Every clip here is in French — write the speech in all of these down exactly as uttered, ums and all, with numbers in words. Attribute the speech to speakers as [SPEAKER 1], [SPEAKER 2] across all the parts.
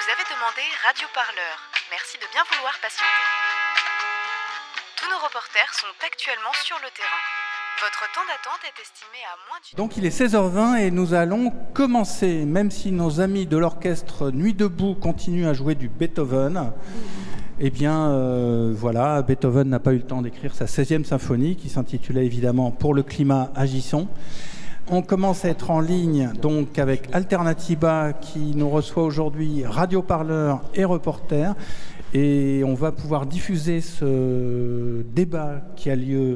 [SPEAKER 1] Vous avez demandé Radio Parleur. Merci de bien vouloir patienter. Tous nos reporters sont actuellement sur le terrain. Votre temps d'attente est estimé à moins d'une...
[SPEAKER 2] Donc il est seize heures vingt et nous allons commencer, même si nos amis de l'orchestre Nuit debout continuent à jouer du Beethoven. Eh bien, euh, voilà, Beethoven n'a pas eu le temps d'écrire sa seizième symphonie, qui s'intitulait évidemment « Pour le climat, agissons ». On commence à être en ligne donc avec Alternativa qui nous reçoit aujourd'hui, Radio Parleur et reporter. Et on va pouvoir diffuser ce débat qui a lieu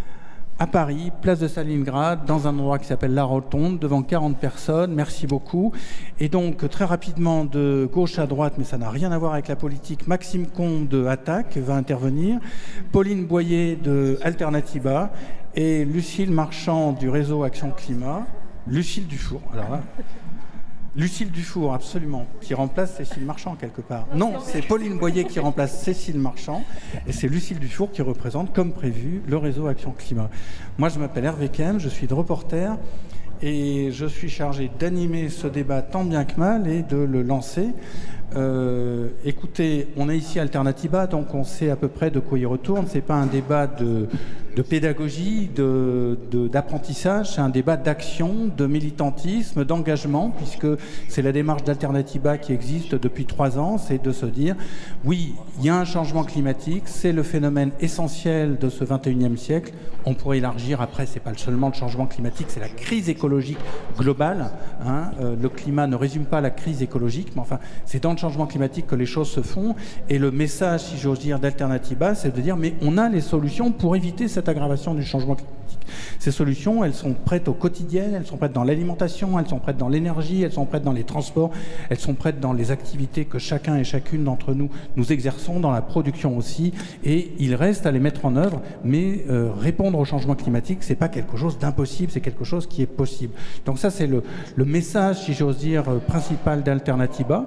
[SPEAKER 2] à Paris, place de Stalingrad, dans un endroit qui s'appelle La Rotonde, devant quarante personnes. Merci beaucoup. Et donc, très rapidement, de gauche à droite, mais ça n'a rien à voir avec la politique, Maxime Combe de Attaque va intervenir, Pauline Boyer de Alternativa et Lucille Marchand du réseau Action Climat. Lucille Dufour, alors là... Lucille Dufour, absolument, qui remplace Cécile Marchand quelque part. Non, c'est Pauline Boyer qui remplace Cécile Marchand et c'est Lucille Dufour qui représente, comme prévu, le réseau Action Climat. Moi, je m'appelle Hervé Kem, je suis de reporter et je suis chargé d'animer ce débat tant bien que mal et de le lancer. Euh, écoutez, on est ici à Alternativa, donc on sait à peu près de quoi il retourne. C'est pas un débat de, de pédagogie, de, de, d'apprentissage, c'est un débat d'action, de militantisme, d'engagement, puisque c'est la démarche d'Alternativa qui existe depuis trois ans, c'est de se dire, oui, il y a un changement climatique, c'est le phénomène essentiel de ce vingt et unième siècle. On pourrait élargir après, c'est pas seulement le changement climatique, c'est la crise écologique globale. Hein. Euh, le climat ne résume pas la crise écologique, mais enfin, c'est dans le changement climatique que les choses se font. Et le message, si j'ose dire, d'Alternativa, c'est de dire, mais on a les solutions pour éviter cette aggravation du changement climatique. Ces solutions, elles sont prêtes au quotidien, elles sont prêtes dans l'alimentation, elles sont prêtes dans l'énergie, elles sont prêtes dans les transports, elles sont prêtes dans les activités que chacun et chacune d'entre nous, nous exerçons, dans la production aussi. Et il reste à les mettre en œuvre, mais euh, répondre au changement climatique, c'est pas quelque chose d'impossible, c'est quelque chose qui est possible. Donc ça, c'est le, le message, si j'ose dire, principal d'Alternativa.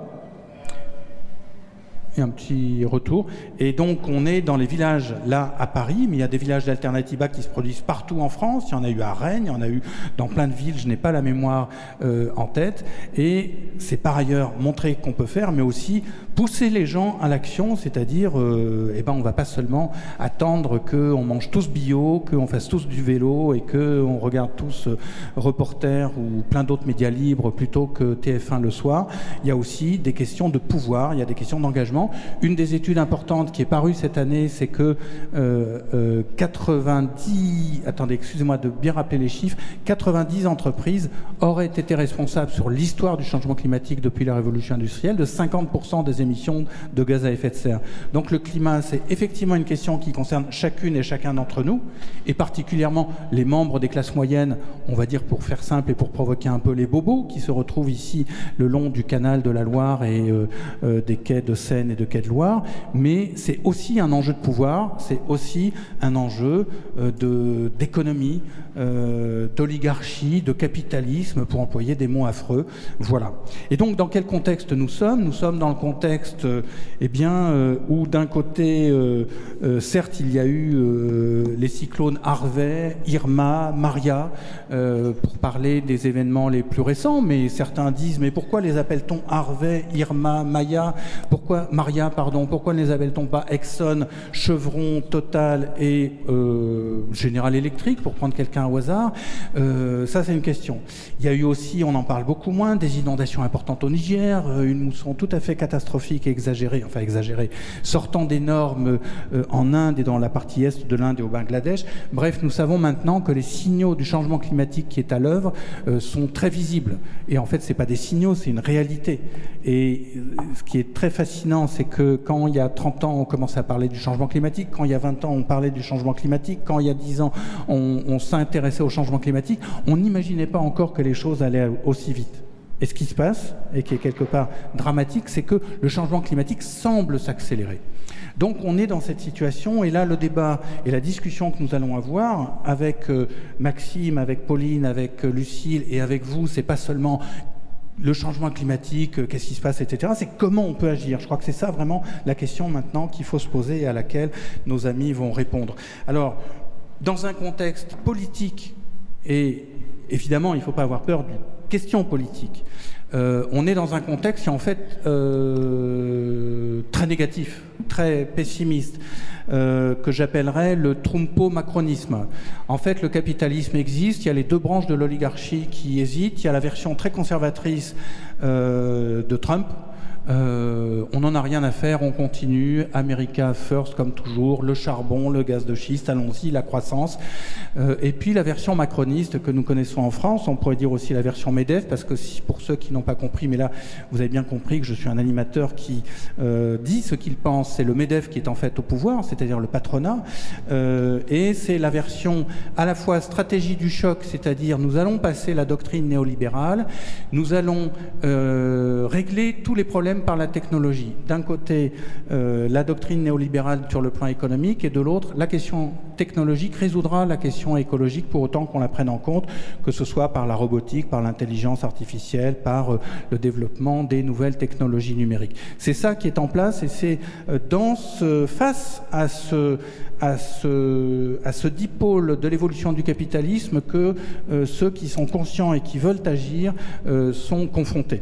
[SPEAKER 2] Un petit retour. Et donc, on est dans les villages, là, à Paris, mais il y a des villages d'Alternativa qui se produisent partout en France. Il y en a eu à Rennes, il y en a eu dans plein de villes, je n'ai pas la mémoire euh, en tête. Et c'est par ailleurs montrer qu'on peut faire, mais aussi pousser les gens à l'action, c'est-à-dire, euh, eh ben, on ne va pas seulement attendre qu'on mange tous bio, qu'on fasse tous du vélo et qu'on regarde tous euh, Reporter ou plein d'autres médias libres plutôt que T F un le soir. Il y a aussi des questions de pouvoir, il y a des questions d'engagement. Une des études importantes qui est parue cette année, c'est que euh, euh, quatre-vingt-dix, attendez, excusez-moi de bien rappeler les chiffres, quatre-vingt-dix entreprises auraient été responsables sur l'histoire du changement climatique depuis la révolution industrielle de cinquante pour cent des émissions de gaz à effet de serre. Donc le climat, c'est effectivement une question qui concerne chacune et chacun d'entre nous, et particulièrement les membres des classes moyennes, on va dire pour faire simple et pour provoquer un peu les bobos qui se retrouvent ici le long du canal de la Loire et euh, euh, des quais de Seine et de quai de Loire, mais c'est aussi un enjeu de pouvoir, c'est aussi un enjeu euh, de, d'économie, euh, d'oligarchie, de capitalisme, pour employer des mots affreux. Voilà. Et donc, dans quel contexte nous sommes ? Nous sommes dans le contexte euh, eh bien, euh, où d'un côté, euh, euh, certes, il y a eu euh, les cyclones Harvey, Irma, Maria, euh, pour parler des événements les plus récents, mais certains disent, mais pourquoi les appelle-t-on Harvey, Irma, Maya ? Pourquoi Maria, pardon, pourquoi ne les appelle-t-on pas Exxon, Chevron, Total et euh, General Electric, pour prendre quelqu'un au hasard ? euh, Ça, c'est une question. Il y a eu aussi, on en parle beaucoup moins, des inondations importantes au Niger, euh, une mousson tout à fait catastrophique et exagérée, enfin exagérée, sortant des normes euh, en Inde et dans la partie est de l'Inde et au Bangladesh. Bref, nous savons maintenant que les signaux du changement climatique qui est à l'œuvre euh, sont très visibles. Et en fait, ce n'est pas des signaux, c'est une réalité. Et euh, ce qui est très fascinant, c'est que quand il y a trente ans, on commençait à parler du changement climatique, quand il y a vingt ans, on parlait du changement climatique, quand il y a dix ans, on, on s'intéressait au changement climatique, on n'imaginait pas encore que les choses allaient aussi vite. Et ce qui se passe, et qui est quelque part dramatique, c'est que le changement climatique semble s'accélérer. Donc on est dans cette situation, et là le débat et la discussion que nous allons avoir avec euh, Maxime, avec Pauline, avec euh, Lucille et avec vous, c'est pas seulement le changement climatique, euh, qu'est-ce qui se passe, et cetera. C'est comment on peut agir. Je crois que c'est ça vraiment la question maintenant qu'il faut se poser et à laquelle nos amis vont répondre. Alors, dans un contexte politique, et évidemment il ne faut pas avoir peur d'une question politique, Euh, on est dans un contexte qui est en fait euh, très négatif, très pessimiste, euh, que j'appellerais le Trumpo-macronisme. En fait, le capitalisme existe, il y a les deux branches de l'oligarchie qui hésitent, il y a la version très conservatrice euh, de Trump. Euh, on n'en a rien à faire, on continue, America First comme toujours, le charbon, le gaz de schiste, allons-y, la croissance. Euh, et puis la version macroniste que nous connaissons en France, on pourrait dire aussi la version MEDEF, parce que si, pour ceux qui n'ont pas compris, mais là vous avez bien compris que je suis un animateur qui euh, dit ce qu'il pense, c'est le MEDEF qui est en fait au pouvoir, c'est-à-dire le patronat, euh, et c'est la version à la fois stratégie du choc, c'est-à-dire nous allons passer la doctrine néolibérale, nous allons euh, régler tous les problèmes par la technologie. D'un côté, euh, la doctrine néolibérale sur le plan économique et de l'autre, la question technologique résoudra la question écologique pour autant qu'on la prenne en compte, que ce soit par la robotique, par l'intelligence artificielle, par euh, le développement des nouvelles technologies numériques. C'est ça qui est en place et c'est euh, dans ce, face à ce, à ce, à ce dipôle de l'évolution du capitalisme que euh, ceux qui sont conscients et qui veulent agir euh, sont confrontés.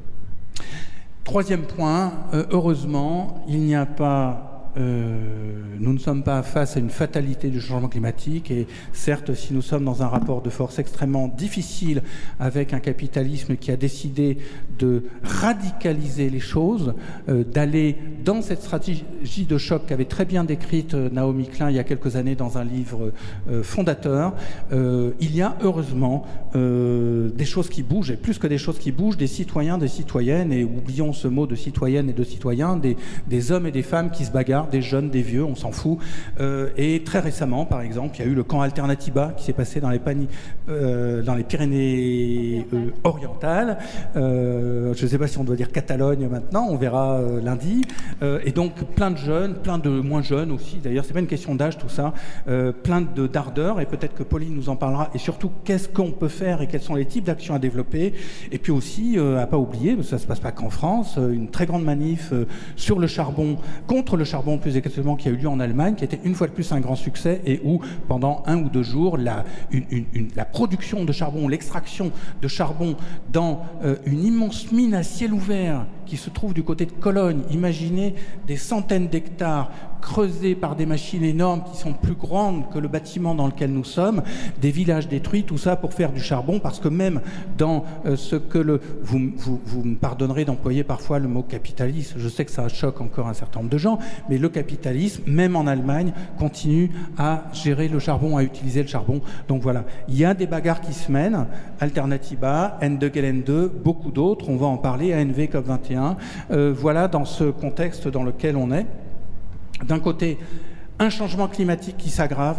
[SPEAKER 2] Troisième point, euh, heureusement, il n'y a pas... Euh, nous ne sommes pas face à une fatalité du changement climatique et certes, si nous sommes dans un rapport de force extrêmement difficile avec un capitalisme qui a décidé de radicaliser les choses, euh, d'aller dans cette stratégie de choc qu'avait très bien décrite Naomi Klein il y a quelques années dans un livre euh, fondateur, euh, il y a heureusement euh, des choses qui bougent, et plus que des choses qui bougent, des citoyens, des citoyennes, et oublions ce mot de citoyenne et de citoyens, des, des hommes et des femmes qui se bagarrent, des jeunes, des vieux, on s'en fout. Euh, et très récemment, par exemple, il y a eu le camp Alternatiba qui s'est passé dans les, Pani, euh, dans les Pyrénées euh, orientales. Euh, je ne sais pas si on doit dire Catalogne maintenant, on verra euh, lundi. Euh, et donc plein de jeunes, plein de moins jeunes aussi. D'ailleurs, c'est pas une question d'âge tout ça. Euh, plein de d'ardeur, et peut-être que Pauline nous en parlera. Et surtout, qu'est-ce qu'on peut faire et quels sont les types d'actions à développer. Et puis aussi, euh, à pas oublier, parce que ça se passe pas qu'en France, une très grande manif euh, sur le charbon, contre le charbon plus exactement, qui a eu lieu en Allemagne, qui était une fois de plus un grand succès et où, pendant un ou deux jours, la, une, une, une, la production de charbon, l'extraction de charbon dans euh, une immense mine à ciel ouvert qui se trouve du côté de Cologne. Imaginez des centaines d'hectares creusés par des machines énormes qui sont plus grandes que le bâtiment dans lequel nous sommes, des villages détruits, tout ça pour faire du charbon, parce que même dans euh, ce que le... Vous, vous, vous me pardonnerez d'employer parfois le mot capitalisme, je sais que ça choque encore un certain nombre de gens, mais le capitalisme, même en Allemagne, continue à gérer le charbon, à utiliser le charbon. Donc voilà, il y a des bagarres qui se mènent, Alternatiba, Ende Gelände, beaucoup d'autres, on va en parler, A N V COP vingt et un. Euh, voilà dans ce contexte dans lequel on est. D'un côté, un changement climatique qui s'aggrave,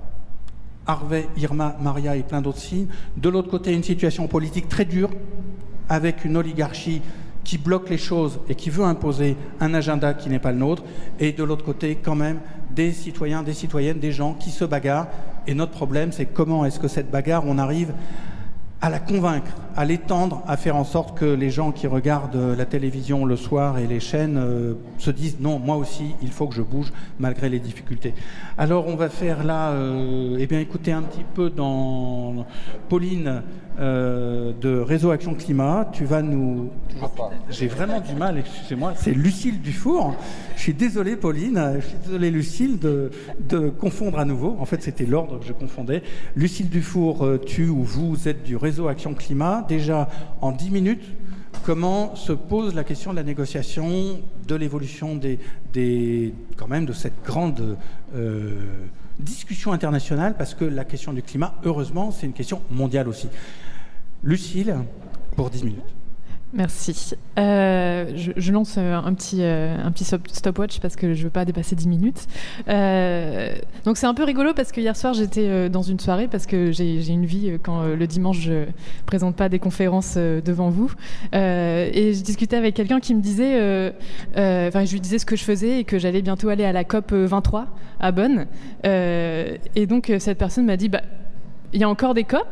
[SPEAKER 2] Harvey, Irma, Maria et plein d'autres signes. De l'autre côté, une situation politique très dure, avec une oligarchie qui bloque les choses et qui veut imposer un agenda qui n'est pas le nôtre. Et de l'autre côté, quand même, des citoyens, des citoyennes, des gens qui se bagarrent. Et notre problème, c'est comment est-ce que cette bagarre, on arrive à la convaincre, à l'étendre, à faire en sorte que les gens qui regardent la télévision le soir et les chaînes euh, se disent non, moi aussi, il faut que je bouge malgré les difficultés. Alors on va faire là, euh, eh bien écoutez un petit peu dans Pauline euh, de Réseau Action Climat, tu vas nous... J'ai vraiment du mal, excusez-moi, c'est Lucille Dufour. Je suis désolé Pauline, je suis désolé Lucille de, de confondre à nouveau. En fait c'était l'ordre que je confondais. Lucille Dufour, tu ou vous êtes du Réseau Action Climat. Déjà en dix minutes, comment se pose la question de la négociation, de l'évolution des, des, quand même de cette grande euh, discussion internationale, parce que la question du climat, heureusement, c'est une question mondiale aussi. Lucille, pour dix minutes.
[SPEAKER 3] Merci. Euh, je, je lance un petit, euh, un petit stopwatch parce que je ne veux pas dépasser dix minutes. Euh, donc c'est un peu rigolo parce que hier soir j'étais dans une soirée, parce que j'ai, j'ai une vie quand euh, le dimanche je ne présente pas des conférences euh, devant vous. Euh, et je discutais avec quelqu'un qui me disait, euh, euh, enfin je lui disais ce que je faisais et que j'allais bientôt aller à la COP vingt-trois à Bonn. Euh, et donc cette personne m'a dit, bah, il y a encore des COP.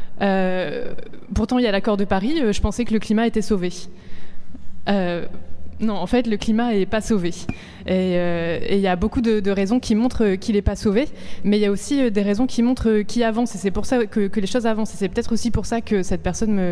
[SPEAKER 3] Euh, pourtant, il y a l'accord de Paris. Euh, je pensais que le climat était sauvé. Euh, Non, en fait, le climat n'est pas sauvé. Et il euh, y a beaucoup de, de raisons qui montrent qu'il n'est pas sauvé, mais il y a aussi des raisons qui montrent qu'il avance. Et c'est pour ça que, que les choses avancent. Et c'est peut-être aussi pour ça que cette personne me,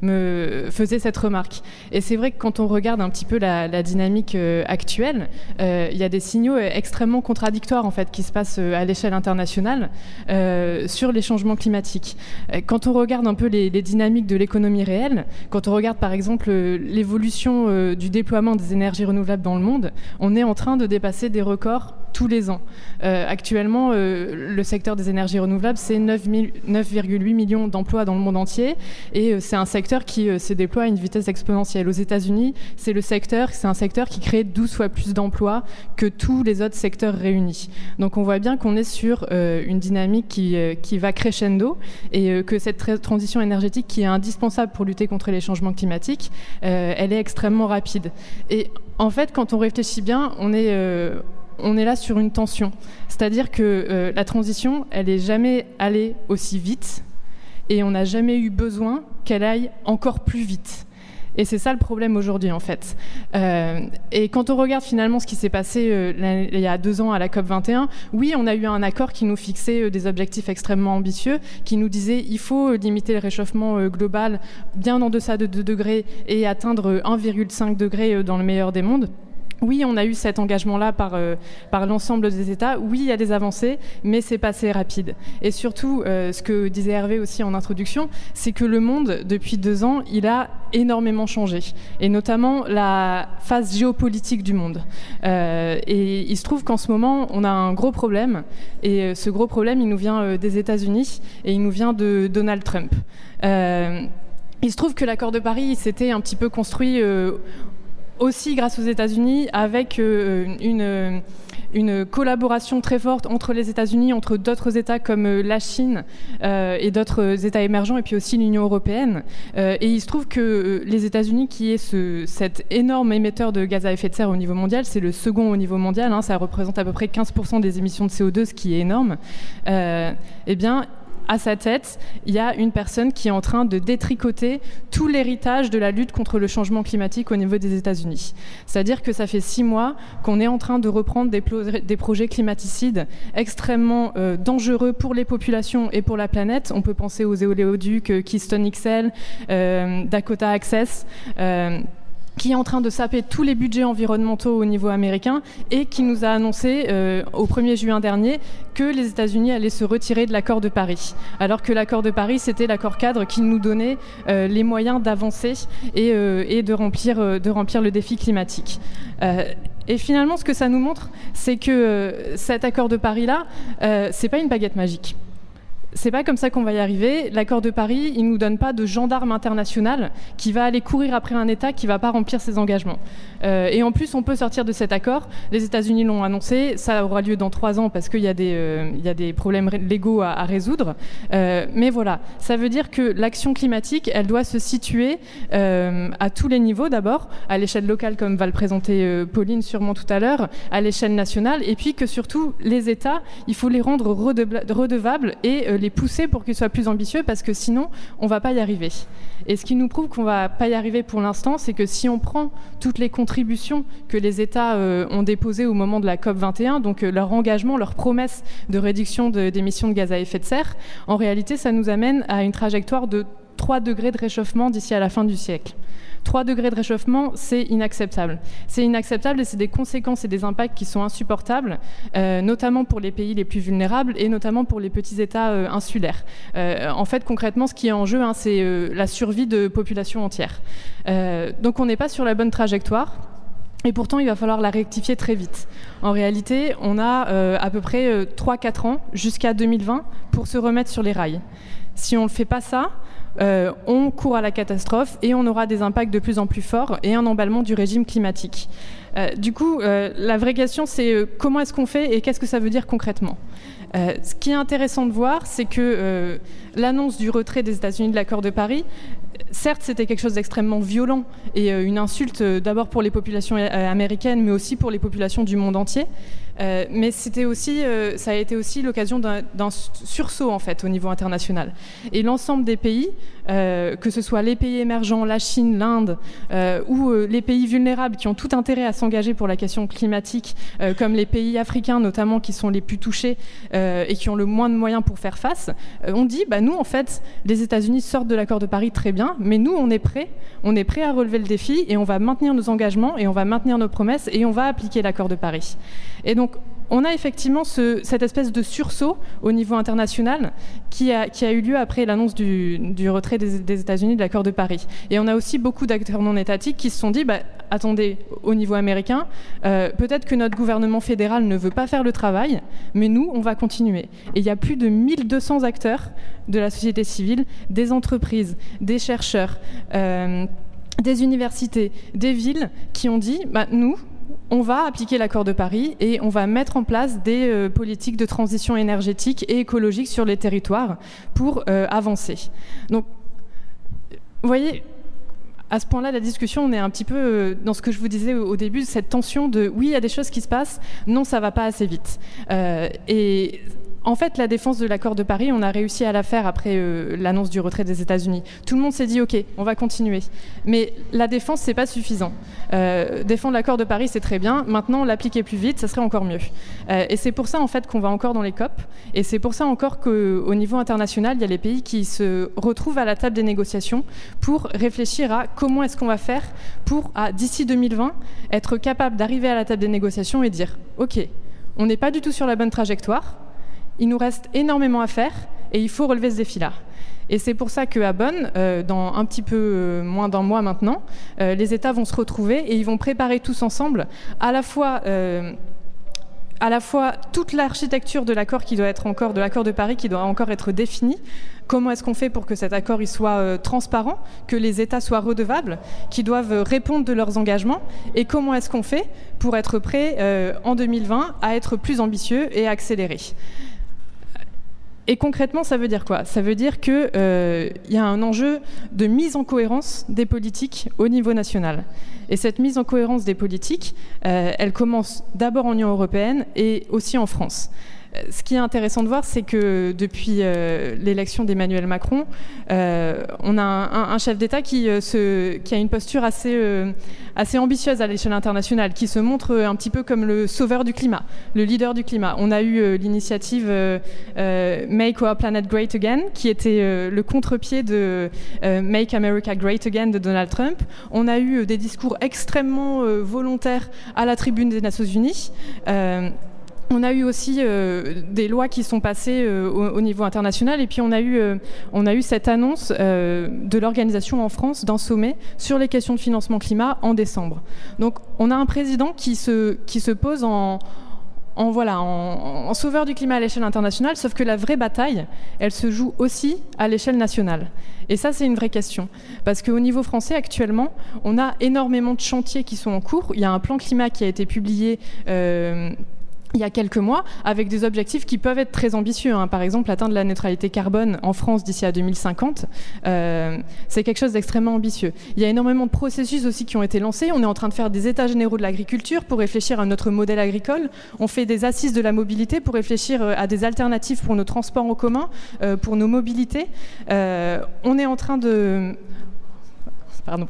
[SPEAKER 3] me faisait cette remarque. Et c'est vrai que quand on regarde un petit peu la, la dynamique euh, actuelle, il euh, y a des signaux extrêmement contradictoires en fait, qui se passent à l'échelle internationale euh, sur les changements climatiques. Quand on regarde un peu les, les dynamiques de l'économie réelle, quand on regarde par exemple l'évolution euh, du déploiement des énergies renouvelables dans le monde, on est en train de dépasser des records tous les ans. Euh, actuellement, euh, le secteur des énergies renouvelables, c'est neuf virgule huit millions d'emplois dans le monde entier, et euh, c'est un secteur qui euh, se déploie à une vitesse exponentielle. Aux États-Unis, c'est le secteur, c'est un secteur qui crée douze fois plus d'emplois que tous les autres secteurs réunis. Donc on voit bien qu'on est sur euh, une dynamique qui, euh, qui va crescendo, et euh, que cette tra- transition énergétique qui est indispensable pour lutter contre les changements climatiques, euh, elle est extrêmement rapide. Et en fait, quand on réfléchit bien, on est... Euh, on est là sur une tension. C'est-à-dire que euh, la transition, elle n'est jamais allée aussi vite et on n'a jamais eu besoin qu'elle aille encore plus vite. Et c'est ça le problème aujourd'hui, en fait. Euh, et quand on regarde finalement ce qui s'est passé euh, il y a deux ans à la COP vingt et un, oui, on a eu un accord qui nous fixait euh, des objectifs extrêmement ambitieux, qui nous disait qu'il faut limiter le réchauffement euh, global bien en deçà de deux degrés et atteindre un virgule cinq degré euh, dans le meilleur des mondes. Oui, on a eu cet engagement-là par, euh, par l'ensemble des États. Oui, il y a des avancées, mais c'est pas assez rapide. Et surtout, euh, ce que disait Hervé aussi en introduction, c'est que le monde, depuis deux ans, il a énormément changé. Et notamment la phase géopolitique du monde. Euh, et il se trouve qu'en ce moment, on a un gros problème. Et ce gros problème, il nous vient euh, des États-Unis et il nous vient de Donald Trump. Euh, il se trouve que l'accord de Paris, il s'était un petit peu construit... Euh, aussi grâce aux États-Unis, avec euh, une, une collaboration très forte entre les États-Unis, entre d'autres États comme euh, la Chine euh, et d'autres États émergents, et puis aussi l'Union européenne. Euh, et il se trouve que euh, les États-Unis, qui est ce, cet énorme émetteur de gaz à effet de serre au niveau mondial, c'est le second au niveau mondial, hein, ça représente à peu près quinze pour cent des émissions de C O deux, ce qui est énorme, euh, eh bien... à sa tête, il y a une personne qui est en train de détricoter tout l'héritage de la lutte contre le changement climatique au niveau des États-Unis. C'est-à-dire que ça fait six mois qu'on est en train de reprendre des, plo- des projets climaticides extrêmement euh, dangereux pour les populations et pour la planète. On peut penser aux éoléoducs, euh, Keystone X L, euh, Dakota Access... Euh, qui est en train de saper tous les budgets environnementaux au niveau américain et qui nous a annoncé euh, au premier juin dernier que les États-Unis allaient se retirer de l'accord de Paris. Alors que l'accord de Paris, c'était l'accord cadre qui nous donnait euh, les moyens d'avancer et, euh, et de, remplir, euh, de remplir le défi climatique. Euh, et finalement, ce que ça nous montre, c'est que euh, cet accord de Paris-là, euh, c'est pas une baguette magique. C'est pas comme ça qu'on va y arriver. L'accord de Paris, il nous donne pas de gendarme international qui va aller courir après un État qui va pas remplir ses engagements. Euh, et en plus, on peut sortir de cet accord. Les États-Unis l'ont annoncé. Ça aura lieu dans trois ans parce qu'il y a des, euh, il y a des problèmes légaux à, à résoudre. Euh, mais voilà, ça veut dire que l'action climatique, elle doit se situer euh, à tous les niveaux d'abord, à l'échelle locale, comme va le présenter euh, Pauline sûrement tout à l'heure, à l'échelle nationale, et puis que surtout les États, il faut les rendre redevables et euh, les pousser pour qu'ils soient plus ambitieux, parce que sinon on va pas y arriver. Et ce qui nous prouve qu'on va pas y arriver pour l'instant, c'est que si on prend toutes les contributions que les États euh, ont déposées au moment de la COP vingt et un, donc euh, leur engagement, leur promesse de réduction de, d'émissions de gaz à effet de serre, en réalité ça nous amène à une trajectoire de trois degrés de réchauffement d'ici à la fin du siècle. trois degrés de réchauffement, c'est inacceptable. C'est inacceptable et c'est des conséquences et des impacts qui sont insupportables, euh, notamment pour les pays les plus vulnérables et notamment pour les petits États euh, insulaires. Euh, en fait, concrètement, ce qui est en jeu, hein, c'est euh, la survie de populations entières. Euh, donc on n'est pas sur la bonne trajectoire. Et pourtant, il va falloir la rectifier très vite. En réalité, on a euh, à peu près euh, trois à quatre ans jusqu'à deux mille vingt pour se remettre sur les rails. Si on ne fait pas ça, Euh, on court à la catastrophe et on aura des impacts de plus en plus forts et un emballement du régime climatique. Euh, du coup, euh, la vraie question, c'est euh, comment est-ce qu'on fait et qu'est-ce que ça veut dire concrètement ? Euh, ce qui est intéressant de voir, c'est que euh, l'annonce du retrait des États-Unis de l'accord de Paris, certes, c'était quelque chose d'extrêmement violent et euh, une insulte euh, d'abord pour les populations euh, américaines, mais aussi pour les populations du monde entier. Euh, mais c'était aussi, euh, ça a été aussi l'occasion d'un, d'un sursaut en fait au niveau international. Et l'ensemble des pays, euh, que ce soit les pays émergents, la Chine, l'Inde, euh, ou euh, les pays vulnérables qui ont tout intérêt à s'engager pour la question climatique, euh, comme les pays africains notamment qui sont les plus touchés euh, et qui ont le moins de moyens pour faire face, euh, on dit, bah, nous en fait, les États-Unis sortent de l'accord de Paris très bien, mais nous on est prêts, on est prêts à relever le défi et on va maintenir nos engagements et on va maintenir nos promesses et on va appliquer l'accord de Paris. Et donc, on a effectivement ce, cette espèce de sursaut au niveau international qui a, qui a eu lieu après l'annonce du, du retrait des, des États-Unis de l'accord de Paris. Et on a aussi beaucoup d'acteurs non étatiques qui se sont dit, bah, attendez, au niveau américain, euh, peut-être que notre gouvernement fédéral ne veut pas faire le travail, mais nous, on va continuer. Et il y a plus de mille deux cents acteurs de la société civile, des entreprises, des chercheurs, euh, des universités, des villes qui ont dit, bah, nous, on va appliquer l'accord de Paris et on va mettre en place des euh, politiques de transition énergétique et écologique sur les territoires pour euh, avancer. Donc, vous voyez, à ce point-là, la discussion, on est un petit peu euh, dans ce que je vous disais au, au début, cette tension de oui, il y a des choses qui se passent, non, ça va pas assez vite. Euh, et en fait, la défense de l'accord de Paris, on a réussi à la faire après euh, l'annonce du retrait des États-Unis. Tout le monde s'est dit, OK, on va continuer. Mais la défense, c'est pas suffisant. Euh, défendre l'accord de Paris, c'est très bien. Maintenant, l'appliquer plus vite, ça serait encore mieux. Euh, et c'est pour ça, en fait, qu'on va encore dans les C O P. Et c'est pour ça encore qu'au niveau international, il y a les pays qui se retrouvent à la table des négociations pour réfléchir à comment est-ce qu'on va faire pour, à, d'ici deux mille vingt, être capable d'arriver à la table des négociations et dire, OK, on n'est pas du tout sur la bonne trajectoire. Il nous reste énormément à faire et il faut relever ce défi-là. Et c'est pour ça qu'à Bonn, euh, dans un petit peu euh, moins d'un mois maintenant, euh, les États vont se retrouver et ils vont préparer tous ensemble à la fois, euh, à la fois toute l'architecture de l'accord qui doit être encore, de l'accord de Paris qui doit encore être définie. Comment est-ce qu'on fait pour que cet accord il soit euh, transparent, que les États soient redevables, qu'ils doivent répondre de leurs engagements, et comment est-ce qu'on fait pour être prêt euh, en deux mille vingt à être plus ambitieux et à accélérer. Et concrètement, ça veut dire quoi ? Ça veut dire qu'il euh, y a un enjeu de mise en cohérence des politiques au niveau national. Et cette mise en cohérence des politiques, euh, elle commence d'abord en Union européenne et aussi en France. Ce qui est intéressant de voir, c'est que depuis euh, l'élection d'Emmanuel Macron, euh, on a un, un chef d'État qui, euh, se, qui a une posture assez, euh, assez ambitieuse à l'échelle internationale, qui se montre un petit peu comme le sauveur du climat, le leader du climat. On a eu euh, l'initiative euh, euh, Make Our Planet Great Again, qui était euh, le contre-pied de euh, Make America Great Again de Donald Trump. On a eu euh, des discours extrêmement euh, volontaires à la tribune des Nations Unies. Euh, On a eu aussi euh, des lois qui sont passées euh, au, au niveau international et puis on a eu, euh, on a eu cette annonce euh, de l'organisation en France d'un sommet sur les questions de financement climat en décembre. Donc on a un président qui se, qui se pose en, en, voilà, en, en sauveur du climat à l'échelle internationale, sauf que la vraie bataille, elle se joue aussi à l'échelle nationale. Et ça, c'est une vraie question. Parce qu'au niveau français, actuellement, on a énormément de chantiers qui sont en cours. Il y a un plan climat qui a été publié euh, il y a quelques mois, avec des objectifs qui peuvent être très ambitieux. Hein. Par exemple, atteindre la neutralité carbone en France d'ici à deux mille cinquante, euh, c'est quelque chose d'extrêmement ambitieux. Il y a énormément de processus aussi qui ont été lancés. On est en train de faire des états généraux de l'agriculture pour réfléchir à notre modèle agricole. On fait des assises de la mobilité pour réfléchir à des alternatives pour nos transports en commun, euh, pour nos mobilités. Euh, on est en train de... Pardon.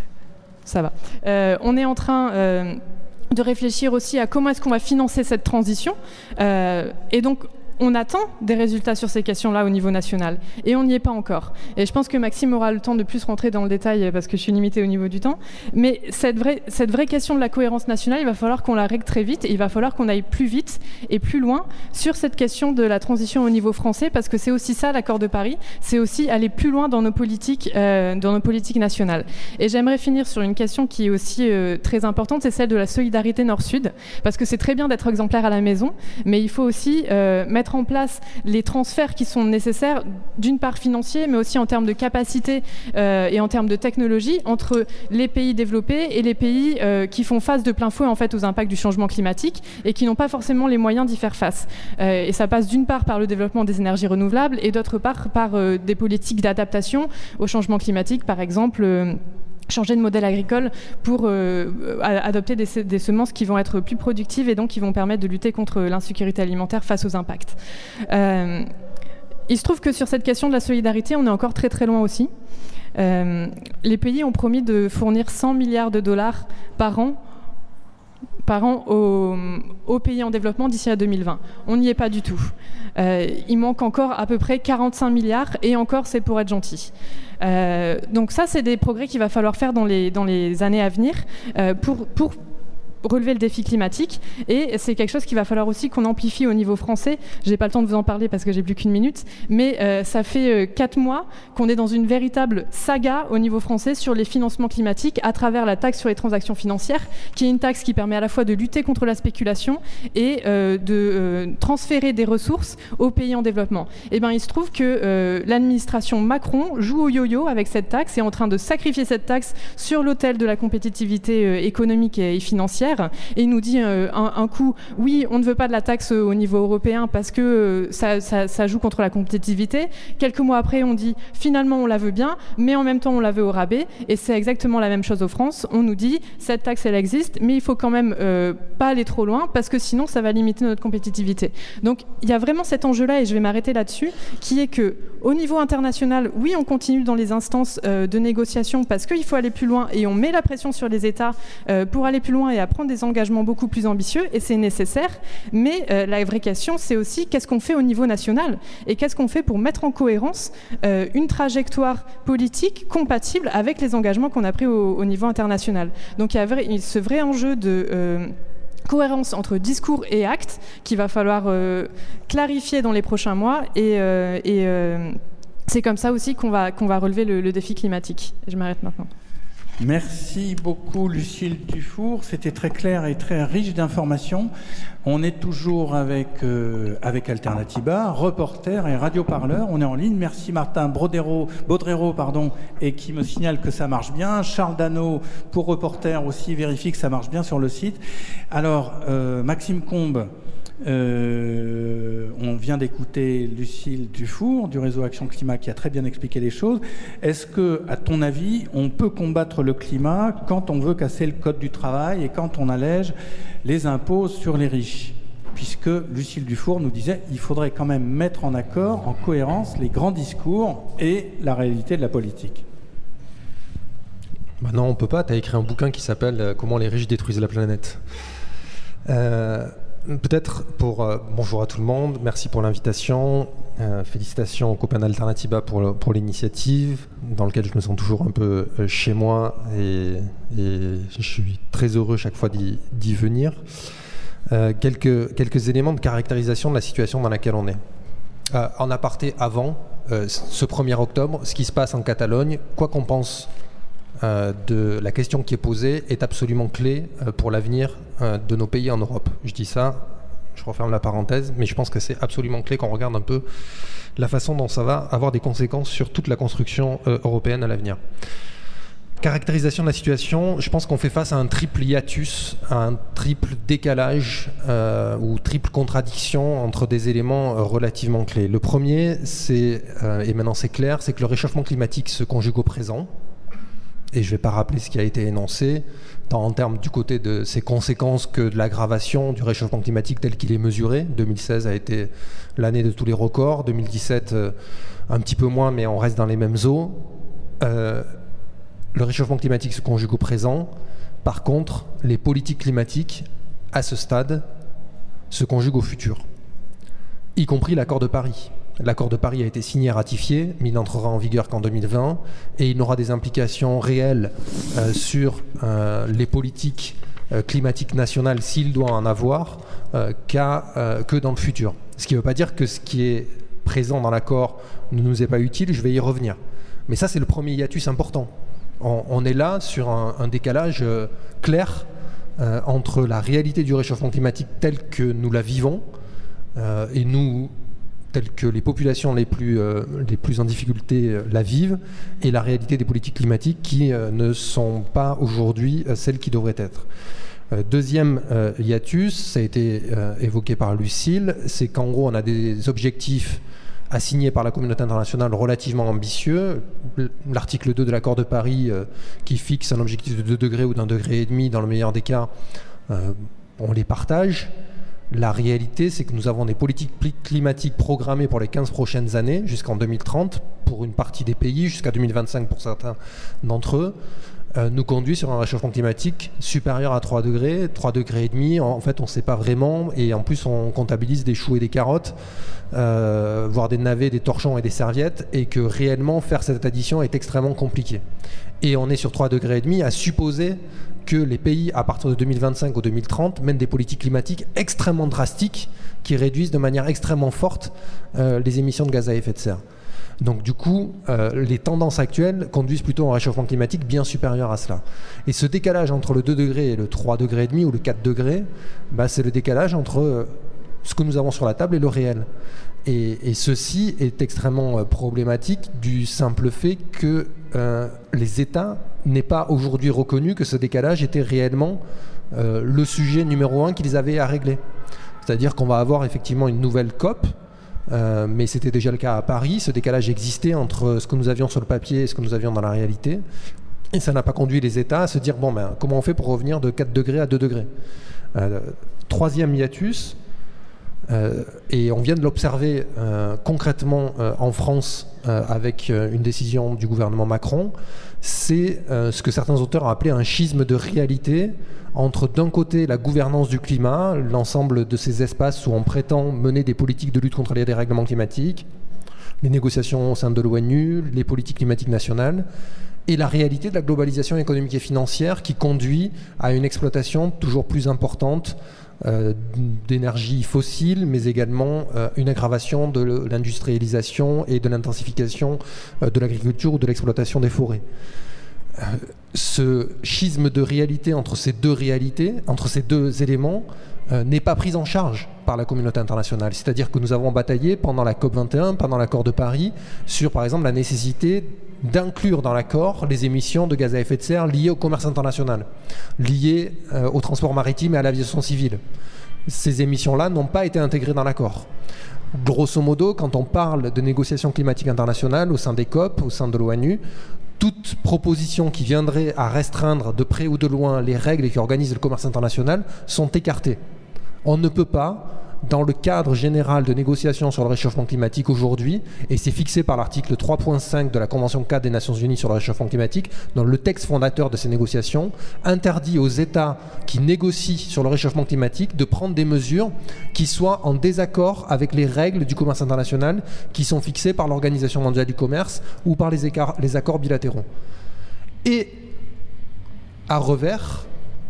[SPEAKER 3] Ça va. Euh, on est en train... Euh, de réfléchir aussi à comment est-ce qu'on va financer cette transition. Euh, et donc, on attend des résultats sur ces questions-là au niveau national. Et on n'y est pas encore. Et je pense que Maxime aura le temps de plus rentrer dans le détail parce que je suis limitée au niveau du temps. Mais cette vraie, cette vraie question de la cohérence nationale, il va falloir qu'on la règle très vite. Et il va falloir qu'on aille plus vite et plus loin sur cette question de la transition au niveau français, parce que c'est aussi ça, l'accord de Paris. C'est aussi aller plus loin dans nos politiques, euh, dans nos politiques nationales. Et j'aimerais finir sur une question qui est aussi euh, très importante, c'est celle de la solidarité Nord-Sud. Parce que c'est très bien d'être exemplaire à la maison, mais il faut aussi euh, mettre en place les transferts qui sont nécessaires, d'une part financiers, mais aussi en termes de capacité euh, et en termes de technologie entre les pays développés et les pays euh, qui font face de plein fouet en fait aux impacts du changement climatique et qui n'ont pas forcément les moyens d'y faire face. Euh, et ça passe d'une part par le développement des énergies renouvelables et d'autre part par euh, des politiques d'adaptation au changement climatique, par exemple. Euh, changer de modèle agricole pour euh, adopter des, des semences qui vont être plus productives et donc qui vont permettre de lutter contre l'insécurité alimentaire face aux impacts. Euh, il se trouve que sur cette question de la solidarité, on est encore très très loin aussi. Euh, les pays ont promis de fournir cent milliards de dollars par an par an aux, aux pays en développement d'ici à deux mille vingt. On n'y est pas du tout. Euh, il manque encore à peu près quarante-cinq milliards et encore c'est pour être gentil. Euh, donc ça, c'est des progrès qu'il va falloir faire dans les, dans les années à venir euh, pour, pour relever le défi climatique, et c'est quelque chose qu'il va falloir aussi qu'on amplifie au niveau français. J'ai pas le temps de vous en parler parce que j'ai plus qu'une minute, mais euh, ça fait euh, quatre mois qu'on est dans une véritable saga au niveau français sur les financements climatiques à travers la taxe sur les transactions financières, qui est une taxe qui permet à la fois de lutter contre la spéculation et euh, de euh, transférer des ressources aux pays en développement. Et ben il se trouve que euh, l'administration Macron joue au yo-yo avec cette taxe et est en train de sacrifier cette taxe sur l'autel de la compétitivité euh, économique et, et financière. Et il nous dit euh, un, un coup, oui, on ne veut pas de la taxe au niveau européen parce que euh, ça, ça, ça joue contre la compétitivité. Quelques mois après, on dit, finalement, on la veut bien, mais en même temps, on la veut au rabais. Et c'est exactement la même chose aux France. On nous dit, cette taxe, elle existe, mais il faut quand même euh, pas aller trop loin parce que sinon, ça va limiter notre compétitivité. Donc, il y a vraiment cet enjeu-là, et je vais m'arrêter là-dessus, qui est que, au niveau international, oui, on continue dans les instances euh, de négociation parce qu'il faut aller plus loin et on met la pression sur les États euh, pour aller plus loin et apprendre des engagements beaucoup plus ambitieux, et c'est nécessaire, mais euh, la vraie question, c'est aussi qu'est-ce qu'on fait au niveau national et qu'est-ce qu'on fait pour mettre en cohérence euh, une trajectoire politique compatible avec les engagements qu'on a pris au, au niveau international. Donc il y a vrai, ce vrai enjeu de euh, cohérence entre discours et actes qu'il va falloir euh, clarifier dans les prochains mois, et, euh, et euh, c'est comme ça aussi qu'on va, qu'on va relever le, le défi climatique. Je m'arrête maintenant.
[SPEAKER 2] Merci beaucoup Lucille Dufour, c'était très clair et très riche d'informations. On est toujours avec, euh, avec Alternatiba, reporter et radioparleur. On est en ligne. Merci Martin Baudrero, Baudrero pardon, et qui me signale que ça marche bien. Charles Dano pour reporter aussi vérifie que ça marche bien sur le site. Alors euh, Maxime Combes, Euh, on vient d'écouter Lucille Dufour du réseau Action Climat qui a très bien expliqué les choses. Est-ce que, à ton avis, on peut combattre le climat quand on veut casser le code du travail et quand on allège les impôts sur les riches ? Puisque Lucille Dufour nous disait qu'il faudrait quand même mettre en accord, en cohérence, les grands discours et la réalité de la politique.
[SPEAKER 4] Bah non, on ne peut pas. Tu as écrit un bouquin qui s'appelle « Comment les riches détruisent la planète ». Euh... Peut-être pour euh, bonjour à tout le monde, merci pour l'invitation, euh, félicitations aux copains d'Alternatiba pour, pour l'initiative, dans laquelle je me sens toujours un peu euh, chez moi, et, et je suis très heureux chaque fois d'y, d'y venir. Euh, quelques, quelques éléments de caractérisation de la situation dans laquelle on est. Euh, en aparté avant, euh, ce premier octobre, ce qui se passe en Catalogne, quoi qu'on pense Euh, de la question qui est posée est absolument clé euh, pour l'avenir euh, de nos pays en Europe. Je dis ça, je referme la parenthèse, mais je pense que c'est absolument clé quand on regarde un peu la façon dont ça va avoir des conséquences sur toute la construction euh, européenne à l'avenir. Caractérisation de la situation, je pense qu'on fait face à un triple hiatus, à un triple décalage euh, ou triple contradiction entre des éléments euh, relativement clés. Le premier, c'est, euh, et maintenant c'est clair, c'est que le réchauffement climatique se conjugue au présent. Et je ne vais pas rappeler ce qui a été énoncé, tant en termes du côté de ses conséquences que de l'aggravation du réchauffement climatique tel qu'il est mesuré. deux mille seize a été l'année de tous les records, deux mille dix-sept euh, un petit peu moins, mais on reste dans les mêmes eaux. Euh, le réchauffement climatique se conjugue au présent. Par contre, les politiques climatiques, à ce stade, se conjuguent au futur, y compris l'accord de Paris. L'accord de Paris a été signé et ratifié, mais il n'entrera en vigueur qu'en deux mille vingt, et il n'aura des implications réelles euh, sur euh, les politiques euh, climatiques nationales, s'il doit en avoir, euh, qu'à, euh, que dans le futur. Ce qui ne veut pas dire que ce qui est présent dans l'accord ne nous est pas utile, je vais y revenir. Mais ça, c'est le premier hiatus important. On, on est là sur un, un décalage euh, clair euh, entre la réalité du réchauffement climatique telle que nous la vivons, euh, et nous... telles que les populations les plus, euh, les plus en difficulté euh, la vivent, et la réalité des politiques climatiques qui euh, ne sont pas aujourd'hui euh, celles qui devraient être. Euh, deuxième euh, hiatus, ça a été euh, évoqué par Lucille, c'est qu'en gros on a des objectifs assigné par la communauté internationale relativement ambitieux. L'article deux de l'accord de Paris euh, qui fixe un objectif de deux degrés ou d'un degré et demi dans le meilleur des cas, euh, on les partage. La réalité, c'est que nous avons des politiques climatiques programmées pour les quinze prochaines années, jusqu'en deux mille trente, pour une partie des pays, jusqu'à deux mille vingt-cinq pour certains d'entre eux, euh, nous conduit sur un réchauffement climatique supérieur à trois degrés, trois degrés et demi. En fait, on ne sait pas vraiment, et en plus, on comptabilise des choux et des carottes, euh, voire des navets, des torchons et des serviettes, et que réellement, faire cette addition est extrêmement compliqué. Et on est sur trois degrés et demi à supposer que les pays, à partir de deux mille vingt-cinq ou deux mille trente, mènent des politiques climatiques extrêmement drastiques qui réduisent de manière extrêmement forte euh, les émissions de gaz à effet de serre. Donc du coup, euh, les tendances actuelles conduisent plutôt à un réchauffement climatique bien supérieur à cela. Et ce décalage entre le deux degrés et le trois degrés et demi ou le quatre degrés, bah, c'est le décalage entre euh, ce que nous avons sur la table et le réel. Et, et ceci est extrêmement euh, problématique du simple fait que euh, les États n'aient pas aujourd'hui reconnu que ce décalage était réellement euh, le sujet numéro un qu'ils avaient à régler. C'est-à-dire qu'on va avoir effectivement une nouvelle COP, euh, mais c'était déjà le cas à Paris. Ce décalage existait entre ce que nous avions sur le papier et ce que nous avions dans la réalité. Et ça n'a pas conduit les États à se dire, bon, ben, comment on fait pour revenir de quatre degrés à deux degrés euh, Troisième hiatus, Euh, et on vient de l'observer euh, concrètement euh, en France euh, avec euh, une décision du gouvernement Macron, c'est euh, ce que certains auteurs ont appelé un schisme de réalité entre d'un côté la gouvernance du climat, l'ensemble de ces espaces où on prétend mener des politiques de lutte contre les dérèglements climatiques, les négociations au sein de l'ONU, les politiques climatiques nationales, et la réalité de la globalisation économique et financière qui conduit à une exploitation toujours plus importante Euh, d'énergie fossile, mais également euh, une aggravation de l'industrialisation et de l'intensification euh, de l'agriculture ou de l'exploitation des forêts. Euh, ce schisme de réalité entre ces deux réalités, entre ces deux éléments, euh, n'est pas pris en charge par la communauté internationale. C'est-à-dire que nous avons bataillé pendant la COP vingt et un, pendant l'accord de Paris, sur par exemple la nécessité d'inclure dans l'accord les émissions de gaz à effet de serre liées au commerce international, liées euh, au transport maritime et à l'aviation civile. Ces émissions-là n'ont pas été intégrées dans l'accord. Grosso modo, quand on parle de négociations climatiques internationales au sein des COP, au sein de l'ONU, toute proposition qui viendrait à restreindre de près ou de loin les règles qui organisent le commerce international sont écartées. On ne peut pas, dans le cadre général de négociations sur le réchauffement climatique aujourd'hui, et c'est fixé par l'article trois point cinq de la Convention cadre des Nations Unies sur le réchauffement climatique, dans le texte fondateur de ces négociations, interdit aux États qui négocient sur le réchauffement climatique de prendre des mesures qui soient en désaccord avec les règles du commerce international qui sont fixées par l'Organisation mondiale du commerce ou par les, écarts, les accords bilatéraux. Et à revers,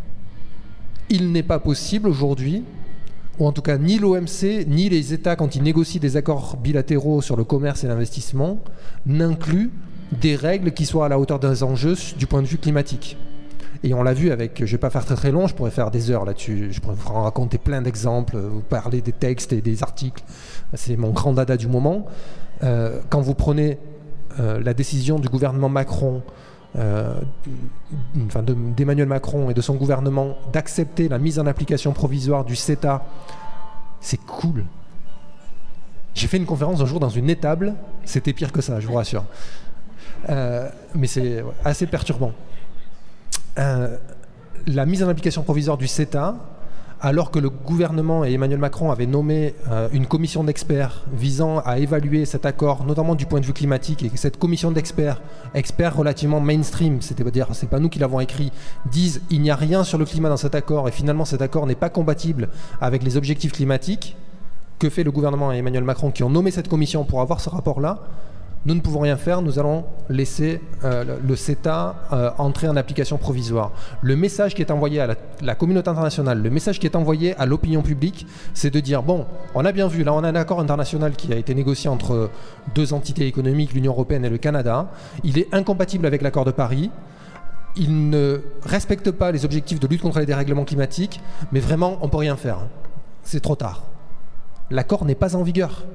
[SPEAKER 4] il n'est pas possible aujourd'hui, ou en tout cas ni l'O M C, ni les États, quand ils négocient des accords bilatéraux sur le commerce et l'investissement, n'incluent des règles qui soient à la hauteur des enjeux du point de vue climatique. Et on l'a vu avec, je ne vais pas faire très très long, je pourrais faire des heures là-dessus, je pourrais vous raconter plein d'exemples, vous parler des textes et des articles, c'est mon grand dada du moment. Euh, quand vous prenez euh, la décision du gouvernement Macron, Euh, enfin de, d'Emmanuel Macron et de son gouvernement d'accepter la mise en application provisoire du CETA, c'est cool. J'ai fait une conférence un jour dans une étable, c'était pire que ça, je vous rassure. Euh, mais c'est assez perturbant. Euh, la mise en application provisoire du CETA, alors que le gouvernement et Emmanuel Macron avaient nommé euh, une commission d'experts visant à évaluer cet accord, notamment du point de vue climatique, et que cette commission d'experts, experts relativement mainstream, c'est-à-dire c'est pas nous qui l'avons écrit, disent il n'y a rien sur le climat dans cet accord et finalement cet accord n'est pas compatible avec les objectifs climatiques, que fait le gouvernement et Emmanuel Macron qui ont nommé cette commission pour avoir ce rapport-là? Nous ne pouvons rien faire, nous allons laisser euh, le CETA euh, entrer en application provisoire. Le message qui est envoyé à la, la communauté internationale, le message qui est envoyé à l'opinion publique, c'est de dire, bon, on a bien vu, là on a un accord international qui a été négocié entre deux entités économiques, l'Union européenne et le Canada, il est incompatible avec l'accord de Paris, il ne respecte pas les objectifs de lutte contre les dérèglements climatiques, mais vraiment on ne peut rien faire, c'est trop tard. L'accord n'est pas en vigueur.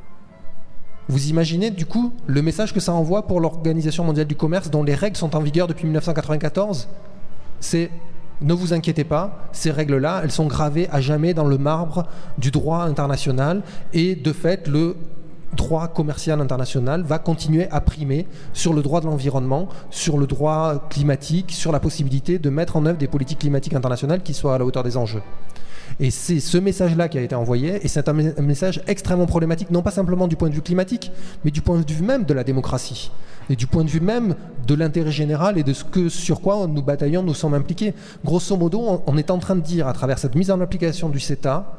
[SPEAKER 4] Vous imaginez du coup le message que ça envoie pour l'Organisation mondiale du commerce dont les règles sont en vigueur depuis mille neuf cent quatre-vingt-quatorze? C'est ne vous inquiétez pas, ces règles-là, elles sont gravées à jamais dans le marbre du droit international et de fait le droit commercial international va continuer à primer sur le droit de l'environnement, sur le droit climatique, sur la possibilité de mettre en œuvre des politiques climatiques internationales qui soient à la hauteur des enjeux. Et c'est ce message-là qui a été envoyé, et c'est un message extrêmement problématique, non pas simplement du point de vue climatique, mais du point de vue même de la démocratie, et du point de vue même de l'intérêt général et de ce que, sur quoi nous bataillons, nous sommes impliqués. Grosso modo, on est en train de dire, à travers cette mise en application du CETA,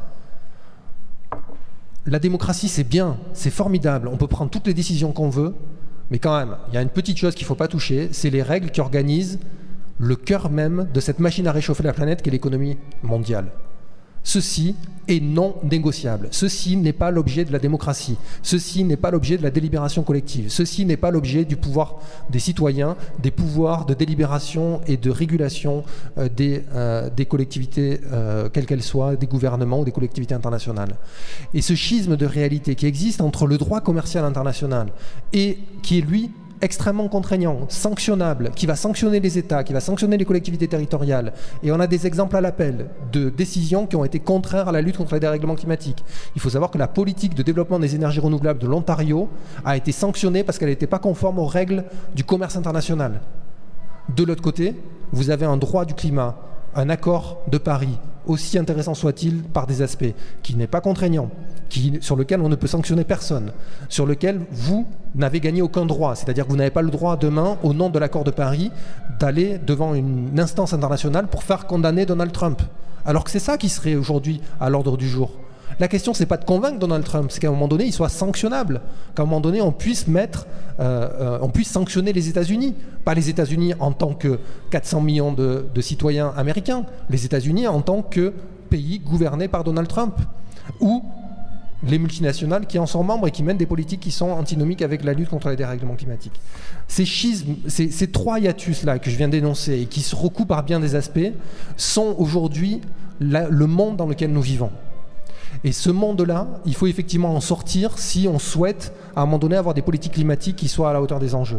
[SPEAKER 4] la démocratie c'est bien, c'est formidable, on peut prendre toutes les décisions qu'on veut, mais quand même, il y a une petite chose qu'il ne faut pas toucher, c'est les règles qui organisent le cœur même de cette machine à réchauffer la planète qu'est l'économie mondiale. Ceci est non négociable. Ceci n'est pas l'objet de la démocratie. Ceci n'est pas l'objet de la délibération collective. Ceci n'est pas l'objet du pouvoir des citoyens, des pouvoirs de délibération et de régulation euh, des, euh, des collectivités, euh, quelles qu'elles soient, des gouvernements ou des collectivités internationales. Et ce schisme de réalité qui existe entre le droit commercial international et qui est, lui, extrêmement contraignant, sanctionnable, qui va sanctionner les États, qui va sanctionner les collectivités territoriales. Et on a des exemples à l'appel de décisions qui ont été contraires à la lutte contre le dérèglement climatique. Il faut savoir que la politique de développement des énergies renouvelables de l'Ontario a été sanctionnée parce qu'elle n'était pas conforme aux règles du commerce international. De l'autre côté, vous avez un droit du climat, un accord de Paris, aussi intéressant soit-il par des aspects, qui n'est pas contraignant, qui, sur lequel on ne peut sanctionner personne, sur lequel vous n'avez gagné aucun droit, c'est-à-dire que vous n'avez pas le droit demain, au nom de l'accord de Paris, d'aller devant une instance internationale pour faire condamner Donald Trump. Alors que c'est ça qui serait aujourd'hui à l'ordre du jour. La question, c'est pas de convaincre Donald Trump, c'est qu'à un moment donné, il soit sanctionnable, qu'à un moment donné, on puisse mettre, euh, euh, on puisse sanctionner les États-Unis, pas les États-Unis en tant que quatre cents millions de, de citoyens américains, les États-Unis en tant que pays gouverné par Donald Trump, ou les multinationales qui en sont membres et qui mènent des politiques qui sont antinomiques avec la lutte contre les dérèglements climatiques. Ces schismes, ces, ces trois hiatus-là que je viens d'énoncer et qui se recoupent par bien des aspects, sont aujourd'hui la, le monde dans lequel nous vivons. Et ce monde-là, il faut effectivement en sortir si on souhaite, à un moment donné, avoir des politiques climatiques qui soient à la hauteur des enjeux.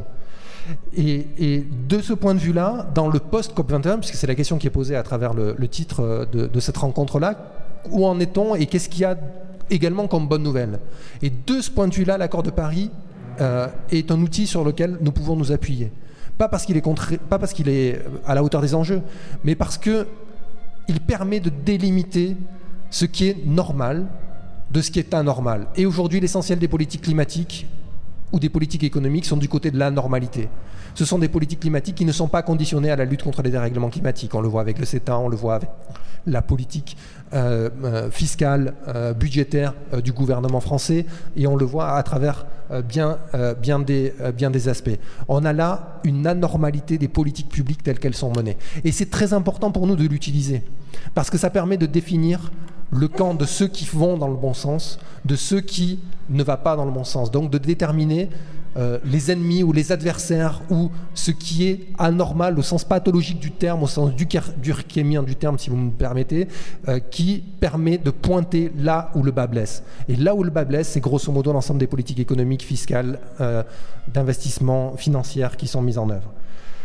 [SPEAKER 4] Et, et de ce point de vue-là, dans le post-C O P vingt et un, puisque c'est la question qui est posée à travers le, le titre de, de cette rencontre-là, où en est-on et qu'est-ce qu'il y a également comme bonne nouvelle? Et de ce point de vue-là, l'accord de Paris euh, est un outil sur lequel nous pouvons nous appuyer. Pas parce qu'il est, contré- pas parce qu'il est à la hauteur des enjeux, mais parce qu'il permet de délimiter ce qui est normal de ce qui est anormal. Et aujourd'hui, l'essentiel des politiques climatiques ou des politiques économiques sont du côté de la normalité. Ce sont des politiques climatiques qui ne sont pas conditionnées à la lutte contre les dérèglements climatiques. On le voit avec le CETA, on le voit avec la politique euh, euh, fiscale, euh, budgétaire euh, du gouvernement français, et on le voit à travers euh, bien, euh, bien, des, euh, bien des aspects. On a là une anormalité des politiques publiques telles qu'elles sont menées. Et c'est très important pour nous de l'utiliser, parce que ça permet de définir le camp de ceux qui vont dans le bon sens, de ceux qui ne vont pas dans le bon sens. Donc de déterminer euh, les ennemis ou les adversaires ou ce qui est anormal au sens pathologique du terme, au sens durkheimien du terme, si vous me permettez, euh, qui permet de pointer là où le bas blesse. Et là où le bas blesse, c'est grosso modo l'ensemble des politiques économiques, fiscales, euh, d'investissement, financières qui sont mises en œuvre.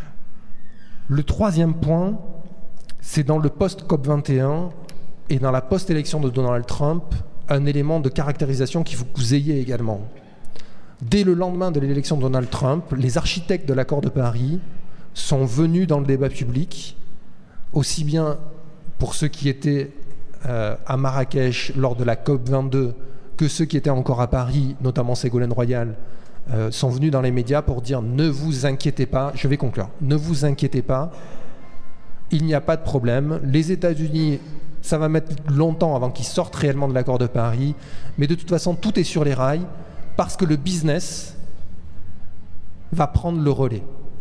[SPEAKER 4] Le troisième point, c'est dans le post-C O P vingt et un et dans la post-élection de Donald Trump, un élément de caractérisation qu'il faut que vous ayez également. Dès le lendemain de l'élection de Donald Trump, les architectes de l'accord de Paris sont venus dans le débat public, aussi bien pour ceux qui étaient euh, à Marrakech lors de la C O P vingt-deux que ceux qui étaient encore à Paris, notamment Ségolène Royal, euh, sont venus dans les médias pour dire « Ne vous inquiétez pas », je vais conclure, « Ne vous inquiétez pas, il n'y a pas de problème, les États-Unis... » Ça va mettre longtemps avant qu'ils sortent réellement de l'accord de Paris, mais de toute façon, tout est sur les rails parce que le business va prendre le relais.